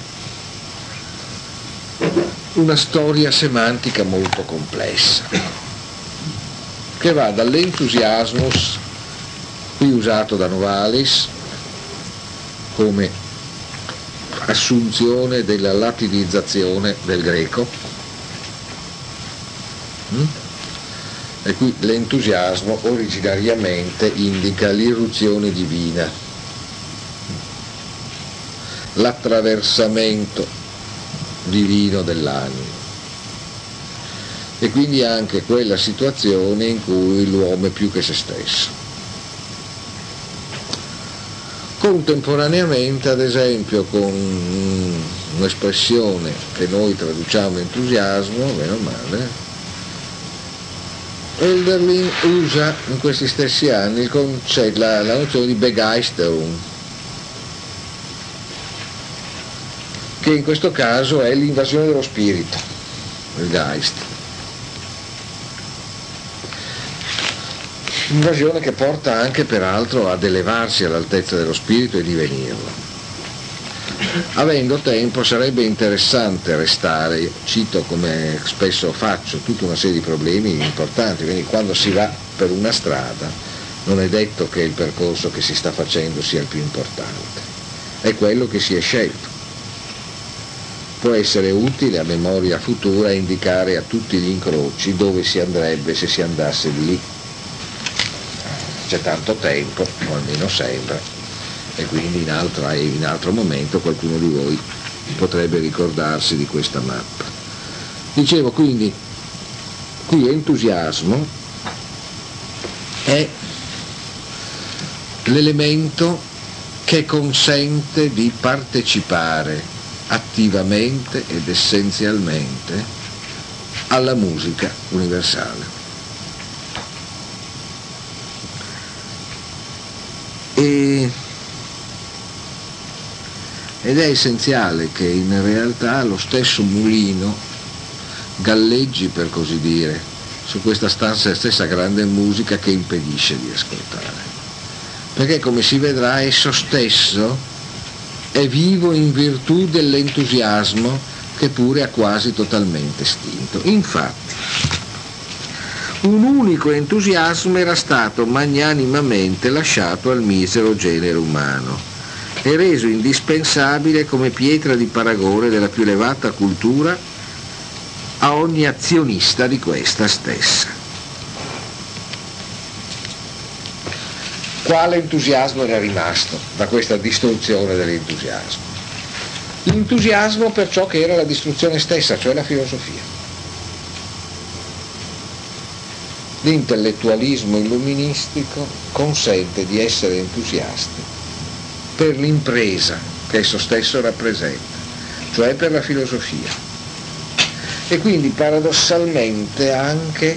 una storia semantica molto complessa, che va dall'entusiasmus, qui usato da Novalis come assunzione della latinizzazione del greco, mm? E qui l'entusiasmo originariamente indica l'irruzione divina, l'attraversamento divino dell'anima, e quindi anche quella situazione in cui l'uomo è più che se stesso. Contemporaneamente, ad esempio, con un'espressione che noi traduciamo entusiasmo, meno male, Hölderlin usa in questi stessi anni il concetto, la, la nozione di Begeisterung, che in questo caso è l'invasione dello spirito, il Geist. Invasione che porta anche peraltro ad elevarsi all'altezza dello spirito e divenirlo. Avendo tempo sarebbe interessante restare, io cito come spesso faccio, tutta una serie di problemi importanti, quindi quando si va per una strada non è detto che il percorso che si sta facendo sia il più importante, è quello che si è scelto. Può essere utile a memoria futura indicare a tutti gli incroci dove si andrebbe se si andasse di lì. C'è tanto tempo, o almeno sembra, e quindi in, altra, in altro momento qualcuno di voi potrebbe ricordarsi di questa mappa. Dicevo quindi, qui entusiasmo è l'elemento che consente di partecipare attivamente ed essenzialmente alla musica universale. E ed è essenziale che in realtà lo stesso mulino galleggi, per così dire, su questa stanza, stessa grande musica che impedisce di ascoltare, perché come si vedrà esso stesso è vivo in virtù dell'entusiasmo che pure ha quasi totalmente estinto. Infatti un unico entusiasmo era stato magnanimamente lasciato al misero genere umano e reso indispensabile come pietra di paragone della più elevata cultura a ogni azionista di questa stessa. Quale entusiasmo era rimasto da questa distruzione dell'entusiasmo? L'entusiasmo per ciò che era la distruzione stessa, cioè la filosofia. L'intellettualismo illuministico consente di essere entusiasti per l'impresa che esso stesso rappresenta, cioè per la filosofia. E quindi paradossalmente anche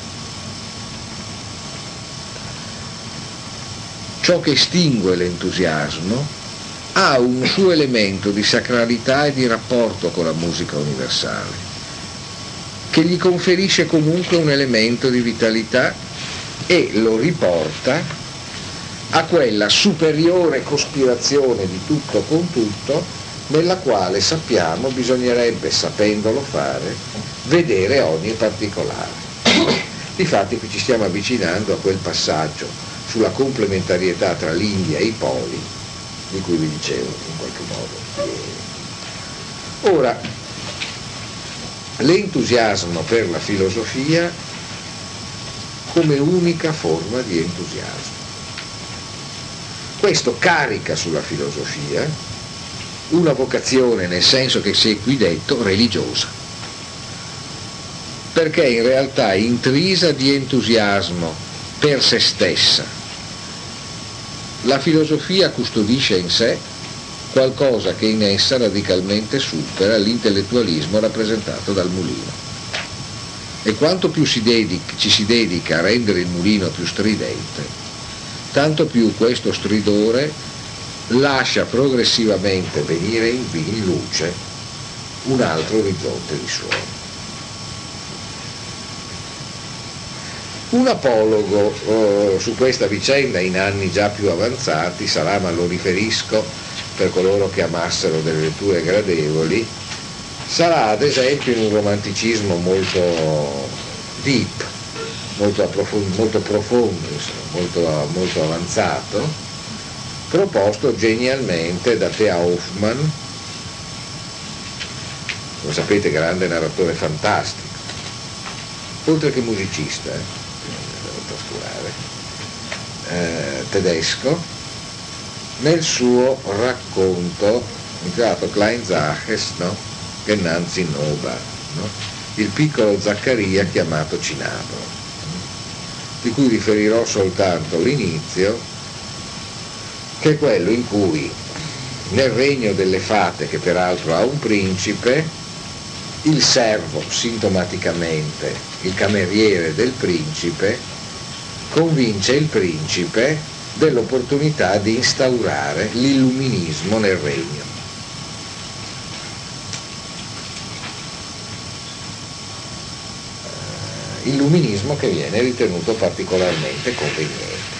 ciò che estingue l'entusiasmo ha un suo elemento di sacralità e di rapporto con la musica universale, che gli conferisce comunque un elemento di vitalità e lo riporta a quella superiore cospirazione di tutto con tutto nella quale sappiamo bisognerebbe, sapendolo fare, vedere ogni particolare. Difatti qui ci stiamo avvicinando a quel passaggio sulla complementarietà tra l'India e i poli, di cui vi dicevo in qualche modo ieri. Ora, l'entusiasmo per la filosofia come unica forma di entusiasmo. Questo carica sulla filosofia una vocazione, nel senso che si è qui detto, religiosa, perché in realtà è intrisa di entusiasmo per se stessa. La filosofia custodisce in sé qualcosa che in essa radicalmente supera l'intellettualismo rappresentato dal mulino. E quanto più si dedica, ci si dedica a rendere il mulino più stridente, tanto più questo stridore lascia progressivamente venire in, in luce un altro orizzonte di suono. Un apologo eh, su questa vicenda in anni già più avanzati sarà, ma lo riferisco per coloro che amassero delle letture gradevoli, sarà ad esempio in un romanticismo molto deep, molto, approfond- molto profondo, insomma, molto, molto avanzato, proposto genialmente da Thea Hoffmann, lo sapete, grande narratore fantastico, oltre che musicista, eh, devo trascurare, eh, tedesco, nel suo racconto intitolato Klein Zaches, no? Genanzi Noba, no? Il piccolo Zaccaria chiamato Cinabro, di cui riferirò soltanto l'inizio, che è quello in cui nel regno delle fate, che peraltro ha un principe, il servo, sintomaticamente il cameriere del principe, convince il principe dell'opportunità di instaurare l'illuminismo nel regno. Illuminismo che viene ritenuto particolarmente conveniente.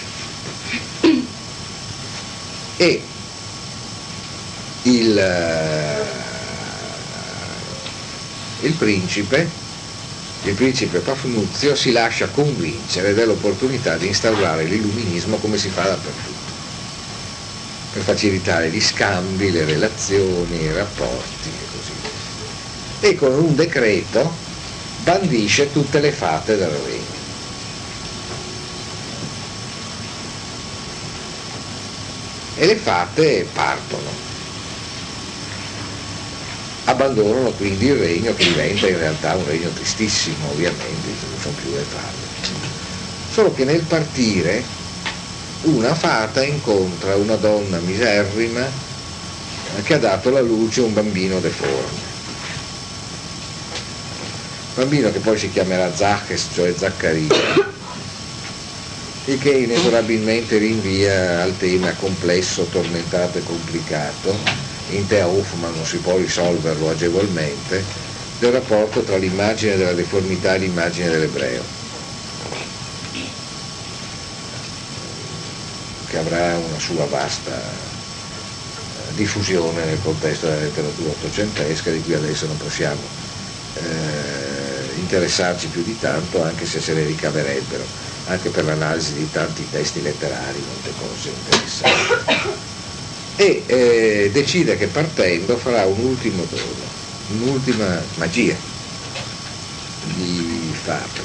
E il, il principe, il principe Pafnuzio si lascia convincere dell'opportunità di instaurare l'illuminismo come si fa dappertutto, per facilitare gli scambi, le relazioni, i rapporti e così via. E con un decreto bandisce tutte le fate del regno. E le fate partono, abbandonano quindi il regno, che diventa in realtà un regno tristissimo, ovviamente, non sono più le fate. Solo che nel partire una fata incontra una donna miserrima che ha dato alla luce un bambino deforme. Bambino che poi si chiamerà Zaches, cioè Zaccaria, e che inesorabilmente rinvia al tema complesso, tormentato e complicato, in Thea Hoffmann non si può risolverlo agevolmente, del rapporto tra l'immagine della deformità e l'immagine dell'ebreo, che avrà una sua vasta diffusione nel contesto della letteratura ottocentesca, di cui adesso non possiamo eh, interessarci più di tanto, anche se se ne ricaverebbero, anche per l'analisi di tanti testi letterari, molte cose interessanti. E eh, decide che partendo farà un ultimo dono, un'ultima magia di farla,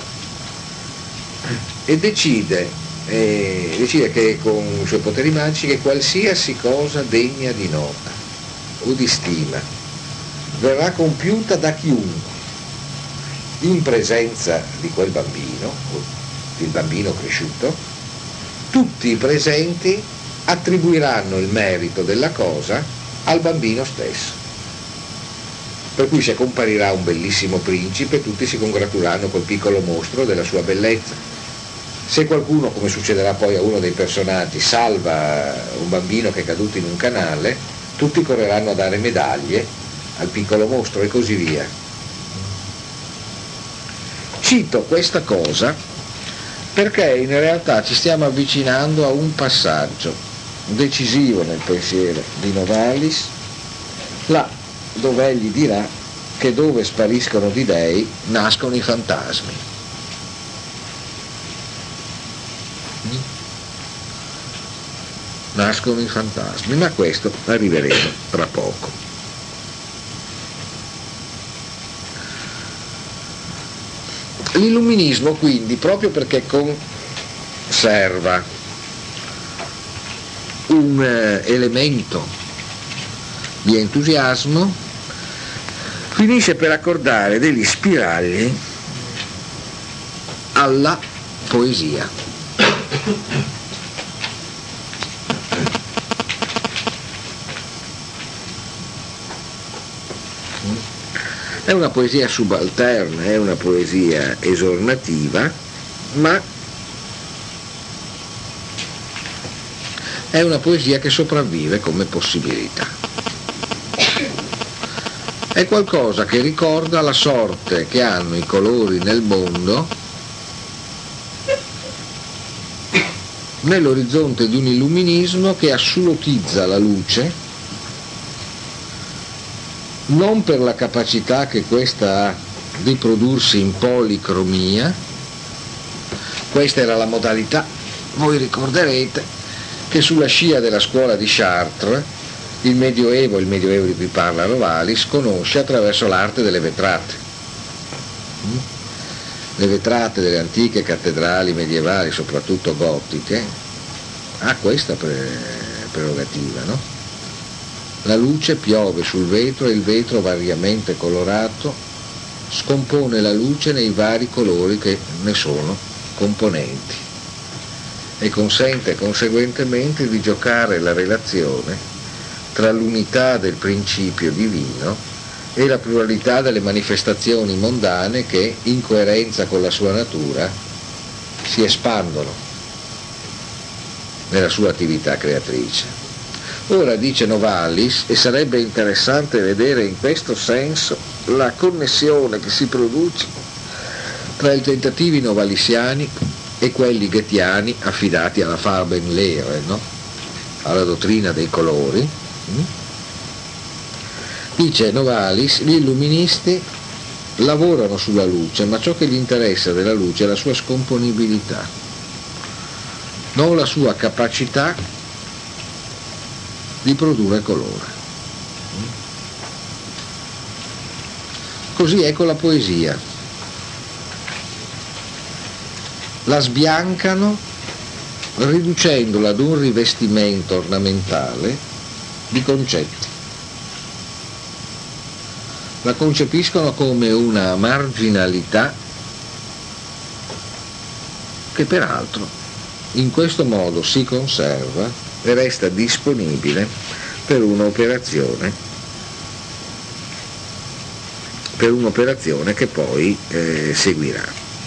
e decide, eh, decide che con i suoi poteri magici che qualsiasi cosa degna di nota o di stima verrà compiuta da chiunque in presenza di quel bambino, il bambino cresciuto, tutti i presenti attribuiranno il merito della cosa al bambino stesso. Per cui se comparirà un bellissimo principe, tutti si congratuleranno col piccolo mostro della sua bellezza. Se qualcuno, come succederà poi a uno dei personaggi, salva un bambino che è caduto in un canale, tutti correranno a dare medaglie al piccolo mostro e così via. Cito questa cosa perché in realtà ci stiamo avvicinando a un passaggio decisivo nel pensiero di Novalis, là dove egli dirà che dove spariscono gli dei nascono i fantasmi. Nascono i fantasmi, ma a questo arriveremo tra poco. L'illuminismo quindi, proprio perché conserva un eh, elemento di entusiasmo, finisce per accordare degli spiragli alla poesia. È una poesia subalterna, è una poesia esornativa, ma è una poesia che sopravvive come possibilità. È qualcosa che ricorda la sorte che hanno i colori nel mondo nell'orizzonte di un illuminismo che assolutizza la luce non per la capacità che questa ha di prodursi in policromia. Questa era la modalità, voi ricorderete che sulla scia della scuola di Chartres il Medioevo, il Medioevo di cui parla Novalis, conosce attraverso l'arte delle vetrate. Le vetrate delle antiche cattedrali medievali, soprattutto gotiche, ha questa prerogativa, no? La luce piove sul vetro e il vetro variamente colorato scompone la luce nei vari colori che ne sono componenti e consente conseguentemente di giocare la relazione tra l'unità del principio divino e la pluralità delle manifestazioni mondane che, in coerenza con la sua natura, si espandono nella sua attività creatrice. Ora dice Novalis, e sarebbe interessante vedere in questo senso la connessione che si produce tra i tentativi novalisiani e quelli goethiani affidati alla Farbenlehre, no? Alla dottrina dei colori. Dice Novalis, gli illuministi lavorano sulla luce, ma ciò che gli interessa della luce è la sua scomponibilità, non la sua capacità di produrre colore. Così è con la poesia. La sbiancano riducendola ad un rivestimento ornamentale di concetti. La concepiscono come una marginalità che peraltro in questo modo si conserva e resta disponibile per un'operazione per un'operazione che poi eh, seguirà.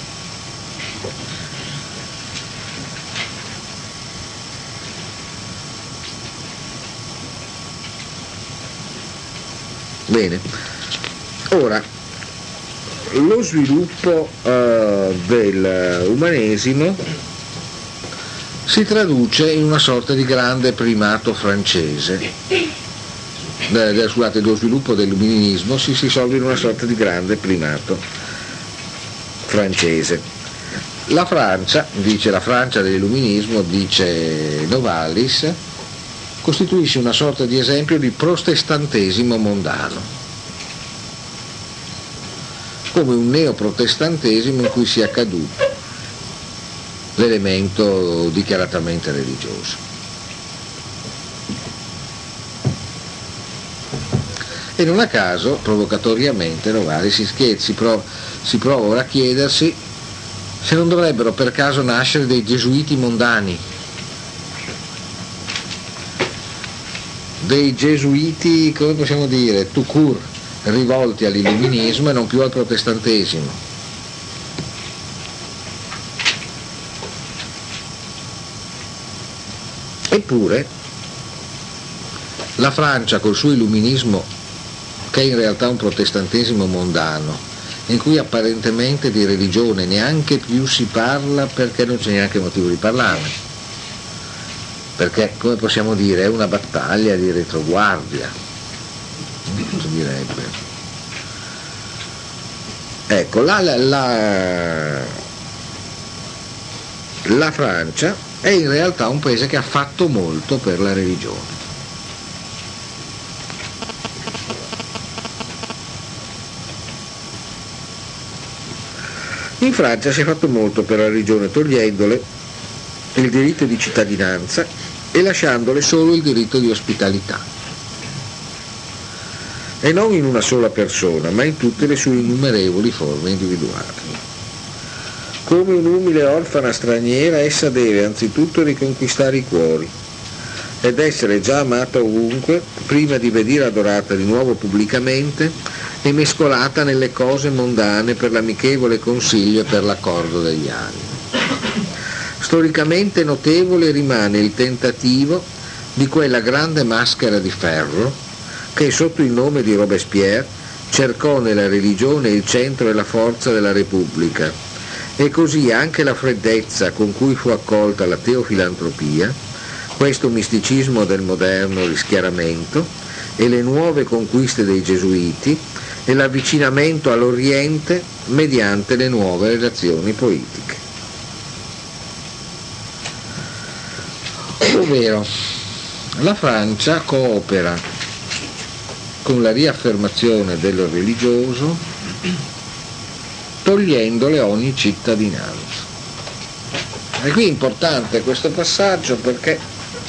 Bene, ora lo sviluppo eh, dell'umanesimo si traduce in una sorta di grande primato francese. Eh, scusate, lo sviluppo dell'illuminismo si, si risolve in una sorta di grande primato francese. La Francia, dice la Francia dell'illuminismo, dice Novalis, costituisce una sorta di esempio di protestantesimo mondano, come un neoprotestantesimo in cui sia caduto l'elemento dichiaratamente religioso. E non a caso, provocatoriamente, Novalis si, si, prov- si prova ora a chiedersi se non dovrebbero per caso nascere dei gesuiti mondani, dei gesuiti, come possiamo dire, tout court, rivolti all'illuminismo e non più al protestantesimo. Eppure la Francia col suo illuminismo, che è in realtà un protestantesimo mondano, in cui apparentemente di religione neanche più si parla perché non c'è neanche motivo di parlarne, perché, come possiamo dire, è una battaglia di retroguardia, si direbbe. Ecco, la, la, la, la Francia è in realtà un paese che ha fatto molto per la religione. In Francia si è fatto molto per la religione, togliendole il diritto di cittadinanza e lasciandole solo il diritto di ospitalità. E non in una sola persona, ma in tutte le sue innumerevoli forme individuali. Come un'umile orfana straniera, essa deve anzitutto riconquistare i cuori ed essere già amata ovunque, prima di venire adorata di nuovo pubblicamente e mescolata nelle cose mondane per l'amichevole consiglio e per l'accordo degli animi. Storicamente notevole rimane il tentativo di quella grande maschera di ferro che sotto il nome di Robespierre cercò nella religione il centro e la forza della Repubblica, e così anche la freddezza con cui fu accolta la teofilantropia, questo misticismo del moderno rischiaramento e le nuove conquiste dei gesuiti e l'avvicinamento all'Oriente mediante le nuove relazioni politiche. Ovvero, la Francia coopera con la riaffermazione del religioso togliendole ogni cittadinanza. E qui è importante questo passaggio perché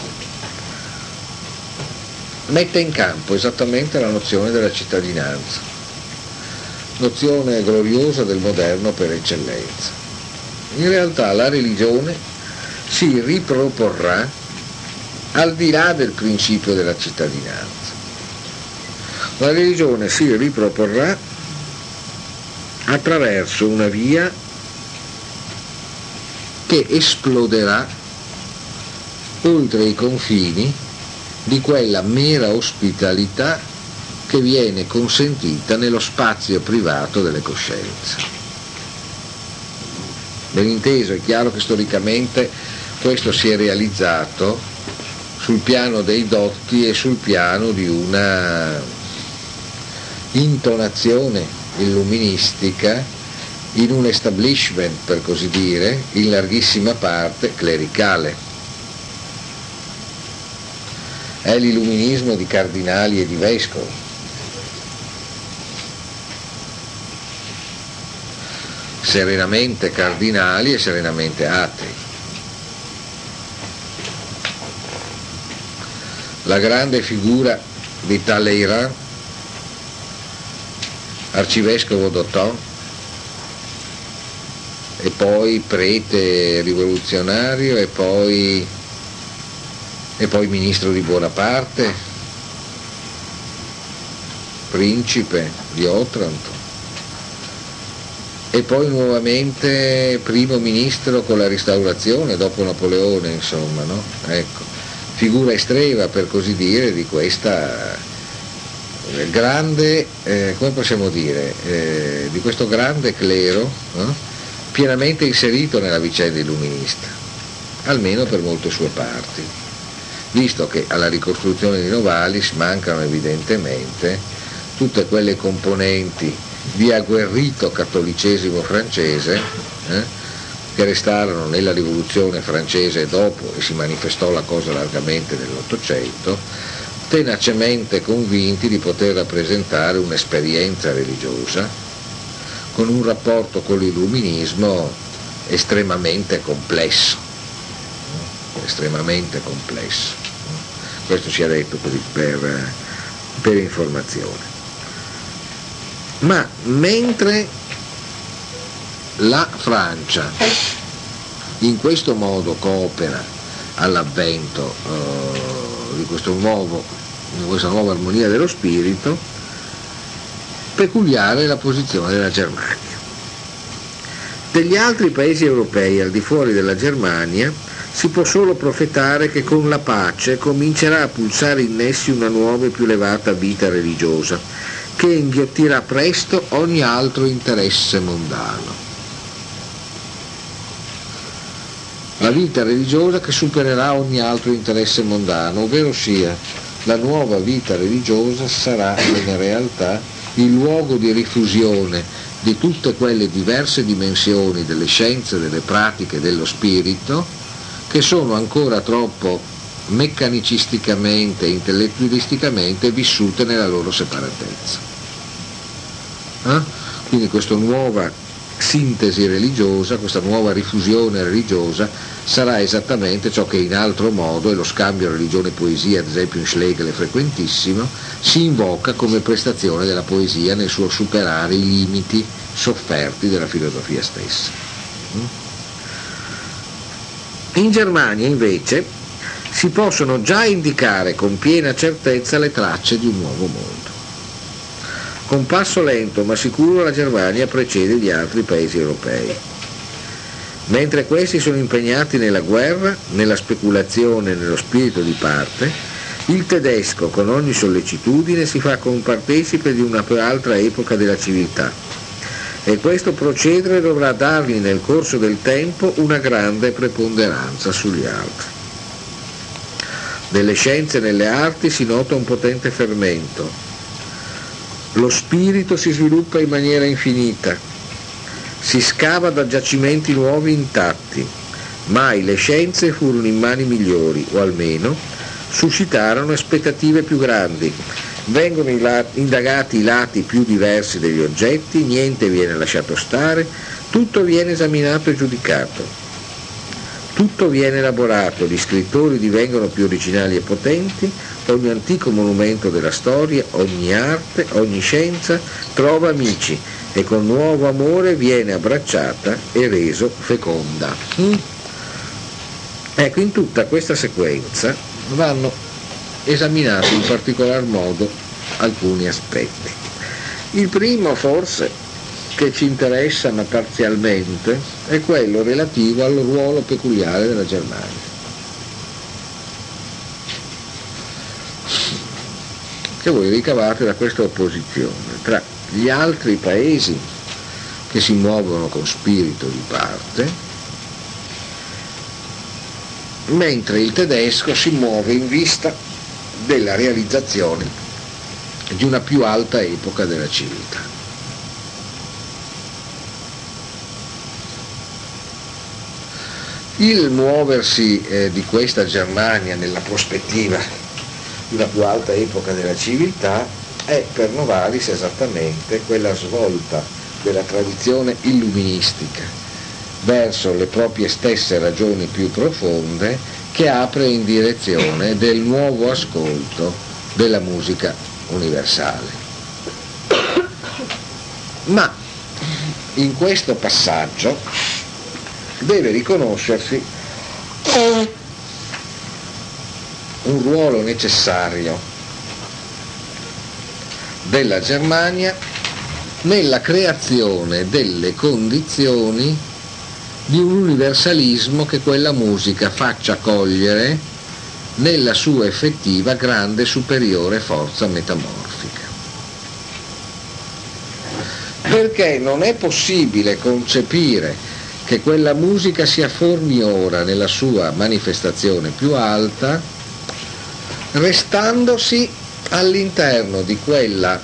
mette in campo esattamente la nozione della cittadinanza, nozione gloriosa del moderno per eccellenza. In realtà la religione si riproporrà al di là del principio della cittadinanza. La religione si riproporrà attraverso una via che esploderà oltre i confini di quella mera ospitalità che viene consentita nello spazio privato delle coscienze. Ben inteso, è chiaro che storicamente questo si è realizzato sul piano dei dotti e sul piano di una intonazione illuministica in un establishment, per così dire, in larghissima parte clericale. È l'illuminismo di cardinali e di vescovi. Serenamente cardinali e serenamente atei. La grande figura di Talleyrand, arcivescovo d'Autun e poi prete rivoluzionario e poi, e poi ministro di Bonaparte, principe di Otranto e poi nuovamente primo ministro con la Restaurazione dopo Napoleone, insomma, no? Ecco, figura estrema, per così dire, di questa grande, eh, come possiamo dire, eh, di questo grande clero, no? Pienamente inserito nella vicenda illuminista, almeno per molte sue parti, visto che alla ricostruzione di Novalis mancano evidentemente tutte quelle componenti di agguerrito cattolicesimo francese eh, che restarono nella rivoluzione francese e dopo, e si manifestò la cosa largamente nell'Ottocento, tenacemente convinti di poter rappresentare un'esperienza religiosa con un rapporto con l'illuminismo estremamente complesso, estremamente complesso. Questo sia detto così per, per informazione. Ma mentre la Francia in questo modo coopera all'avvento eh, di questo nuovo in questa nuova armonia dello spirito, peculiare è la posizione della Germania. Degli altri paesi europei al di fuori della Germania si può solo profetare che con la pace comincerà a pulsare in essi una nuova e più elevata vita religiosa, che inghiottirà presto ogni altro interesse mondano. La vita religiosa che supererà ogni altro interesse mondano, ovvero sia la nuova vita religiosa sarà in realtà il luogo di rifusione di tutte quelle diverse dimensioni delle scienze, delle pratiche, dello spirito, che sono ancora troppo meccanicisticamente, intellettualisticamente vissute nella loro separatezza. Eh? Quindi questa nuova sintesi religiosa, questa nuova rifusione religiosa sarà esattamente ciò che in altro modo, e lo scambio religione-poesia ad esempio in Schlegel è frequentissimo, si invoca come prestazione della poesia nel suo superare i limiti sofferti della filosofia stessa. In Germania invece si possono già indicare con piena certezza le tracce di un nuovo mondo. Con passo lento ma sicuro la Germania precede gli altri paesi europei. Mentre questi sono impegnati nella guerra, nella speculazione, nello spirito di parte, il tedesco con ogni sollecitudine si fa compartecipe di una più altra epoca della civiltà, e questo procedere dovrà dargli nel corso del tempo una grande preponderanza sugli altri. Nelle scienze e nelle arti si nota un potente fermento. Lo spirito si sviluppa in maniera infinita, si scava da giacimenti nuovi intatti. Mai le scienze furono in mani migliori, o almeno suscitarono aspettative più grandi. Vengono indagati i lati più diversi degli oggetti, niente viene lasciato stare, tutto viene esaminato e giudicato. Tutto viene elaborato, gli scrittori divengono più originali e potenti, ogni antico monumento della storia, ogni arte, ogni scienza trova amici e con nuovo amore viene abbracciata e reso feconda. Mm? Ecco, in tutta questa sequenza vanno esaminati in particolar modo alcuni aspetti. Il primo forse, che ci interessa ma parzialmente, è quello relativo al ruolo peculiare della Germania. Che voi ricavate da questa opposizione tra gli altri paesi che si muovono con spirito di parte, mentre il tedesco si muove in vista della realizzazione di una più alta epoca della civiltà. Il muoversi eh, di questa Germania nella prospettiva di una più alta epoca della civiltà è per Novalis esattamente quella svolta della tradizione illuministica verso le proprie stesse ragioni più profonde, che apre in direzione del nuovo ascolto della musica universale. Ma in questo passaggio deve riconoscersi un ruolo necessario della Germania nella creazione delle condizioni di un universalismo che quella musica faccia cogliere nella sua effettiva grande superiore forza metamorfica. Perché non è possibile concepire che quella musica si afformi ora nella sua manifestazione più alta, restandosi all'interno di quella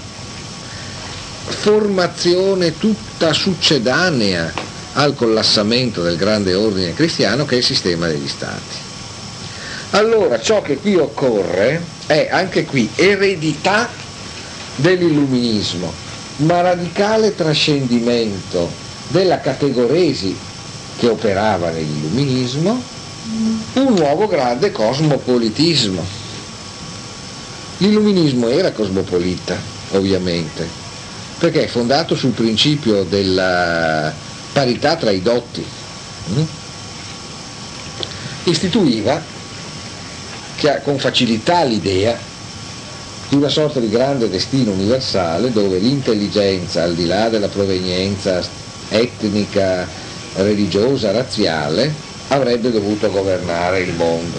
formazione tutta succedanea al collassamento del grande ordine cristiano che è il sistema degli stati. Allora ciò che qui occorre è anche qui eredità dell'illuminismo, ma radicale trascendimento della categoresi che operava nell'illuminismo, un nuovo grande cosmopolitismo. L'illuminismo era cosmopolita, ovviamente, perché è fondato sul principio della parità tra i dotti. Istituiva con facilità l'idea di una sorta di grande destino universale dove l'intelligenza, al di là della provenienza etnica, religiosa, razziale, avrebbe dovuto governare il mondo.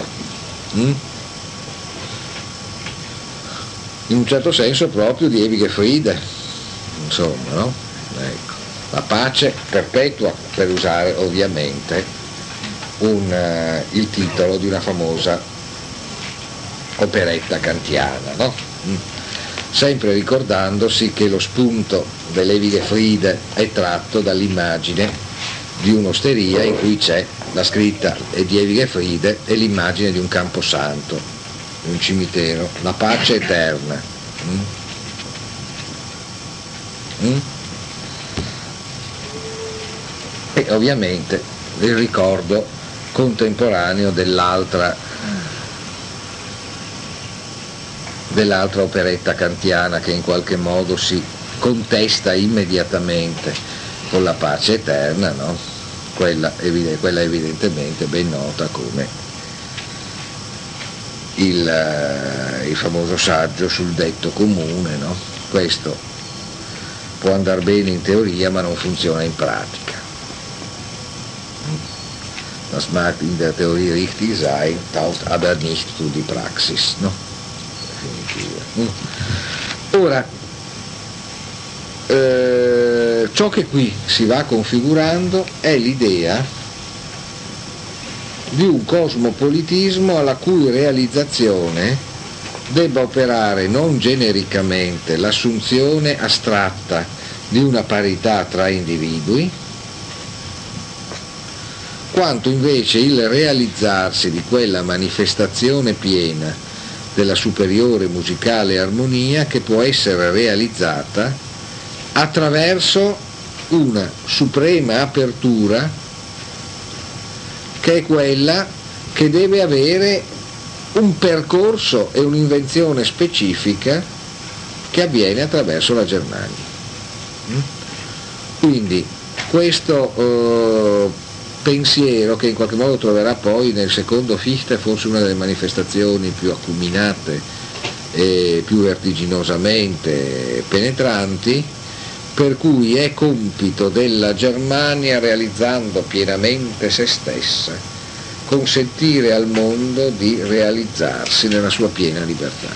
In un certo senso proprio di ewige Friede, insomma, no? Ecco. La pace perpetua, per usare ovviamente un, uh, il titolo di una famosa operetta kantiana, no? Mm. Sempre ricordandosi che lo spunto dell'Ewige Friede è tratto dall'immagine di un'osteria in cui c'è la scritta di Ewige Friede e l'immagine di un camposanto, di un cimitero, la pace eterna. Mm? Mm? E ovviamente il ricordo contemporaneo dell'altra dell'altra operetta kantiana che in qualche modo si contesta immediatamente con la pace eterna, no? quella, quella evidentemente ben nota come il, il famoso saggio sul detto comune, no? Questo può andare bene in teoria ma non funziona in pratica. Das mag in der Theorie richtig sein, taugt aber nicht für die Praxis, no? Ora, eh, ciò che qui si va configurando è l'idea di un cosmopolitismo alla cui realizzazione debba operare non genericamente l'assunzione astratta di una parità tra individui, quanto invece il realizzarsi di quella manifestazione piena della superiore musicale armonia che può essere realizzata attraverso una suprema apertura che è quella che deve avere un percorso e un'invenzione specifica che avviene attraverso la Germania. Quindi questo eh, pensiero, che in qualche modo troverà poi nel secondo Fichte forse una delle manifestazioni più acuminate e più vertiginosamente penetranti, per cui è compito della Germania, realizzando pienamente se stessa, consentire al mondo di realizzarsi nella sua piena libertà.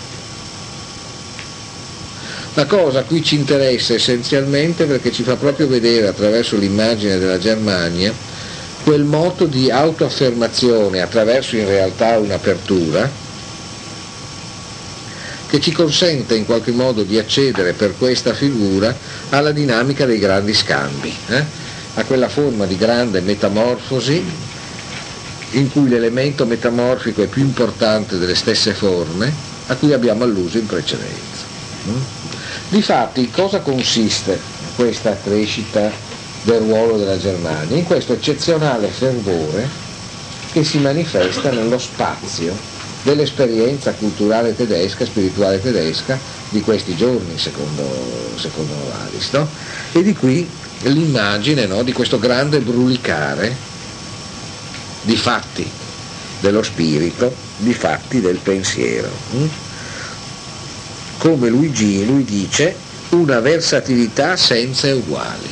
La cosa qui ci interessa essenzialmente perché ci fa proprio vedere attraverso l'immagine della Germania quel moto di autoaffermazione attraverso in realtà un'apertura che ci consente in qualche modo di accedere per questa figura alla dinamica dei grandi scambi, eh? a quella forma di grande metamorfosi in cui l'elemento metamorfico è più importante delle stesse forme a cui abbiamo alluso in precedenza. Difatti, in cosa consiste questa crescita del ruolo della Germania? In questo eccezionale fervore che si manifesta nello spazio dell'esperienza culturale tedesca, spirituale tedesca di questi giorni, secondo, secondo Novalis, no? E di qui l'immagine, no, di questo grande brulicare di fatti dello spirito, di fatti del pensiero. Come Luigi, lui dice, una versatilità senza uguali,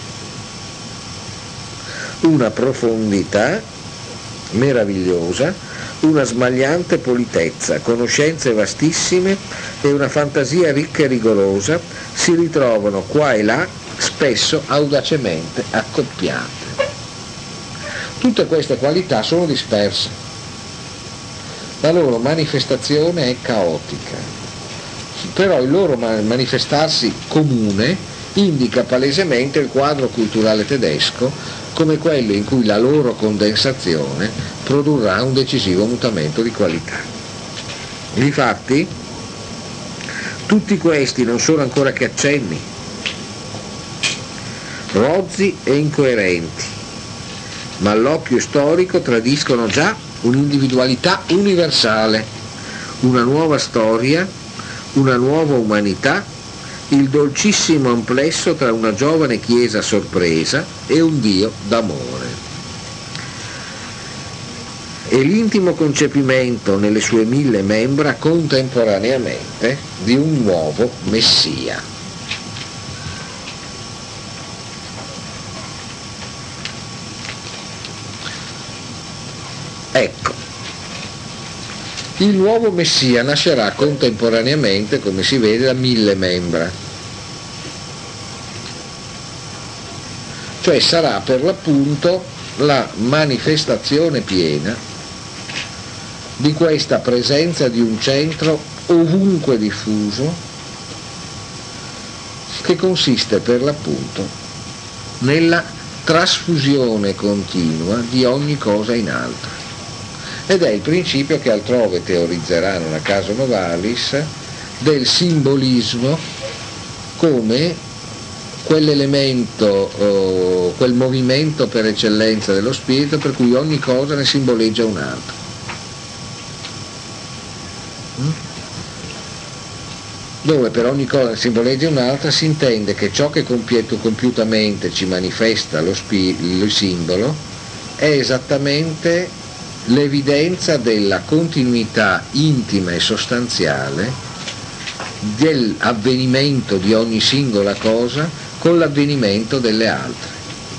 una profondità meravigliosa, una smagliante politezza, conoscenze vastissime e una fantasia ricca e rigorosa si ritrovano qua e là, spesso audacemente accoppiate. Tutte queste qualità sono disperse, la loro manifestazione è caotica, però il loro manifestarsi comune indica palesemente il quadro culturale tedesco come quello in cui la loro condensazione produrrà un decisivo mutamento di qualità. Difatti, tutti questi non sono ancora che accenni, rozzi e incoerenti, ma all'occhio storico tradiscono già un'individualità universale, una nuova storia, una nuova umanità, il dolcissimo amplesso tra una giovane chiesa sorpresa e un Dio d'amore. E l'intimo concepimento nelle sue mille membra contemporaneamente di un nuovo Messia. Ecco, il nuovo Messia nascerà contemporaneamente, come si vede, da mille membra, cioè sarà per l'appunto la manifestazione piena di questa presenza di un centro ovunque diffuso, che consiste per l'appunto nella trasfusione continua di ogni cosa in altra. Ed è il principio che altrove teorizzerà, non a caso Novalis, del simbolismo come quell'elemento, oh, quel movimento per eccellenza dello spirito per cui ogni cosa ne simboleggia un'altra. Dove per ogni cosa ne simboleggia un'altra si intende che ciò che compiuto, compiutamente ci manifesta lo, spi, lo simbolo è esattamente l'evidenza della continuità intima e sostanziale dell'avvenimento di ogni singola cosa con l'avvenimento delle altre.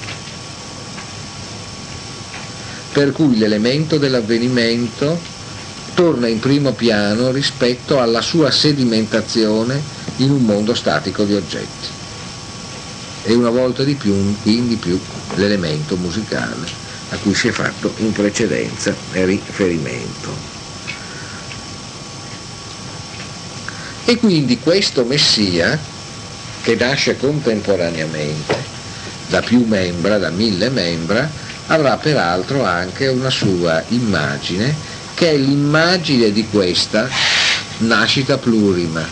Per cui l'elemento dell'avvenimento torna in primo piano rispetto alla sua sedimentazione in un mondo statico di oggetti. E una volta di più, quindi più, l'elemento musicale a cui si è fatto in precedenza riferimento. E quindi questo Messia, che nasce contemporaneamente da più membra, da mille membra, avrà peraltro anche una sua immagine, che è l'immagine di questa nascita plurima.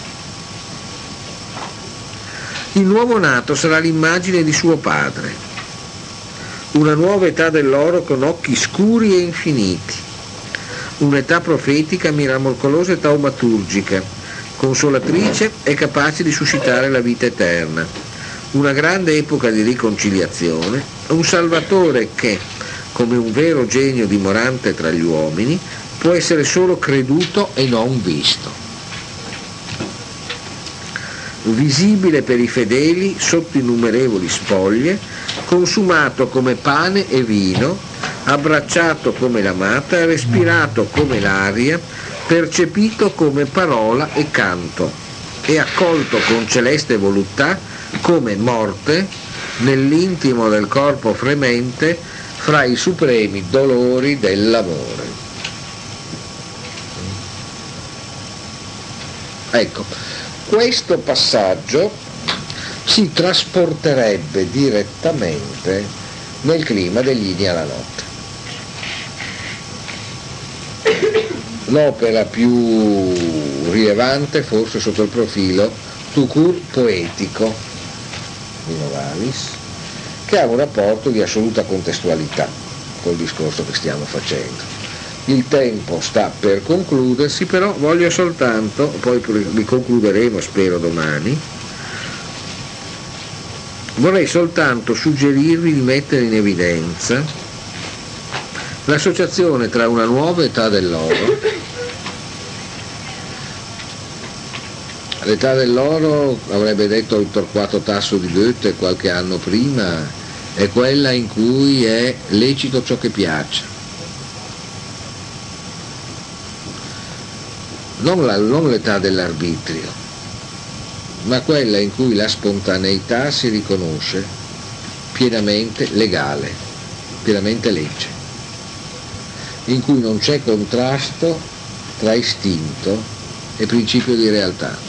Il nuovo nato sarà l'immagine di suo padre, una nuova età dell'oro con occhi scuri e infiniti, un'età profetica, miracolosa e taumaturgica, consolatrice e capace di suscitare la vita eterna, una grande epoca di riconciliazione, un Salvatore che, come un vero genio dimorante tra gli uomini, può essere solo creduto e non visto. Visibile per i fedeli sotto innumerevoli spoglie, consumato come pane e vino, abbracciato come l'amata, respirato come l'aria, percepito come parola e canto, e accolto con celeste voluttà come morte nell'intimo del corpo fremente fra i supremi dolori dell'amore. Ecco, questo passaggio si trasporterebbe direttamente nel clima degli Inni alla notte. L'opera più rilevante forse sotto il profilo tout court poetico di Novalis, che ha un rapporto di assoluta contestualità col discorso che stiamo facendo. Il tempo sta per concludersi, però voglio soltanto, poi li concluderemo spero domani, vorrei soltanto suggerirvi di mettere in evidenza l'associazione tra una nuova età dell'oro. L'età dell'oro, avrebbe detto il Torquato Tasso di Goethe qualche anno prima, è quella in cui è lecito ciò che piace. Non, la, non l'età dell'arbitrio, ma quella in cui la spontaneità si riconosce pienamente legale, pienamente legge, in cui non c'è contrasto tra istinto e principio di realtà,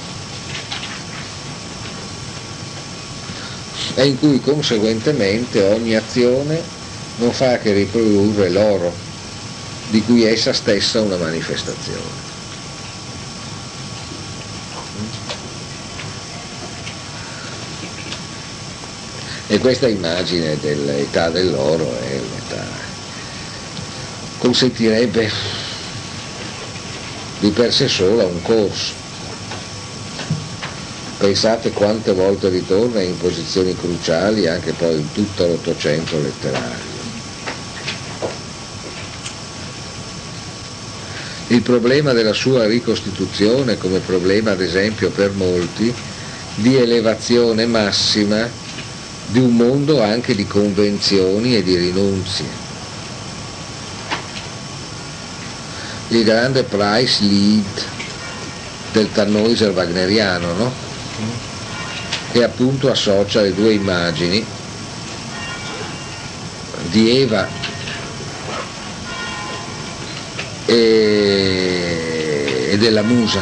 e in cui conseguentemente ogni azione non fa che riprodurre l'oro, di cui essa stessa una manifestazione. E questa immagine dell'età dell'oro è un'età, consentirebbe di per sé sola un corso. Pensate quante volte ritorna in posizioni cruciali anche poi in tutto l'Ottocento letterario. Il problema della sua ricostituzione come problema, ad esempio, per molti, di elevazione massima di un mondo anche di convenzioni e di rinunzie. Il grande Preislied del Tannhäuser wagneriano, no? Che appunto associa le due immagini di Eva e, e della musa.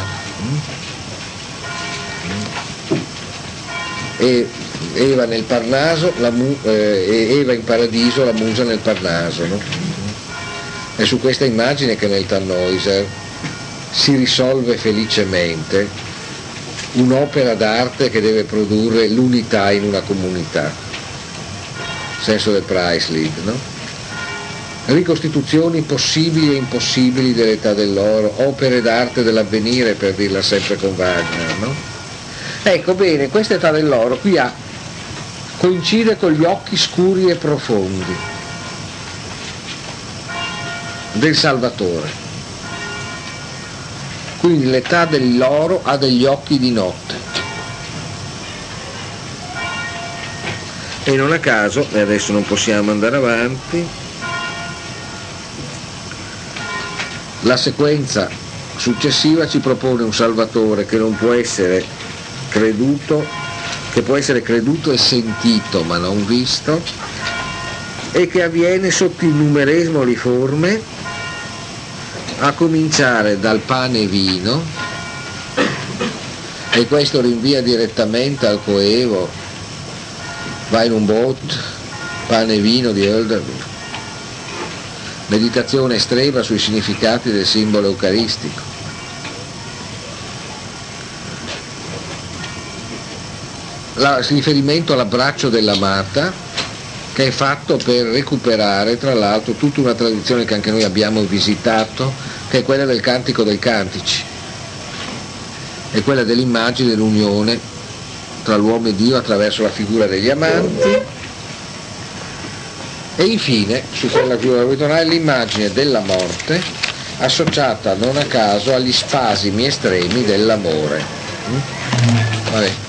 E Eva nel Parnaso, la mu, eh, Eva in paradiso, la musa nel Parnaso, no? È su questa immagine che nel Tannhäuser si risolve felicemente un'opera d'arte che deve produrre l'unità in una comunità, senso del Preislied, no? Ricostituzioni possibili e impossibili dell'età dell'oro, opere d'arte dell'avvenire, per dirla sempre con Wagner, no? Ecco, bene, questa età dell'oro qui ha, coincide con gli occhi scuri e profondi del Salvatore. Quindi l'età dell'oro ha degli occhi di notte. E non a caso, e adesso non possiamo andare avanti, la sequenza successiva ci propone un Salvatore che non può essere creduto, che può essere creduto e sentito ma non visto, e che avviene sotto innumerevoli forme, a cominciare dal pane e vino, e questo rinvia direttamente al coevo Weinunbrot, pane e vino di Hölderlin, meditazione estrema sui significati del simbolo eucaristico. La, riferimento all'abbraccio dell'amata, che è fatto per recuperare tra l'altro tutta una tradizione che anche noi abbiamo visitato, che è quella del Cantico dei Cantici, è quella dell'immagine dell'unione tra l'uomo e Dio attraverso la figura degli amanti, e infine su quella figura originale l'immagine della morte, associata non a caso agli spasimi estremi dell'amore. Vabbè.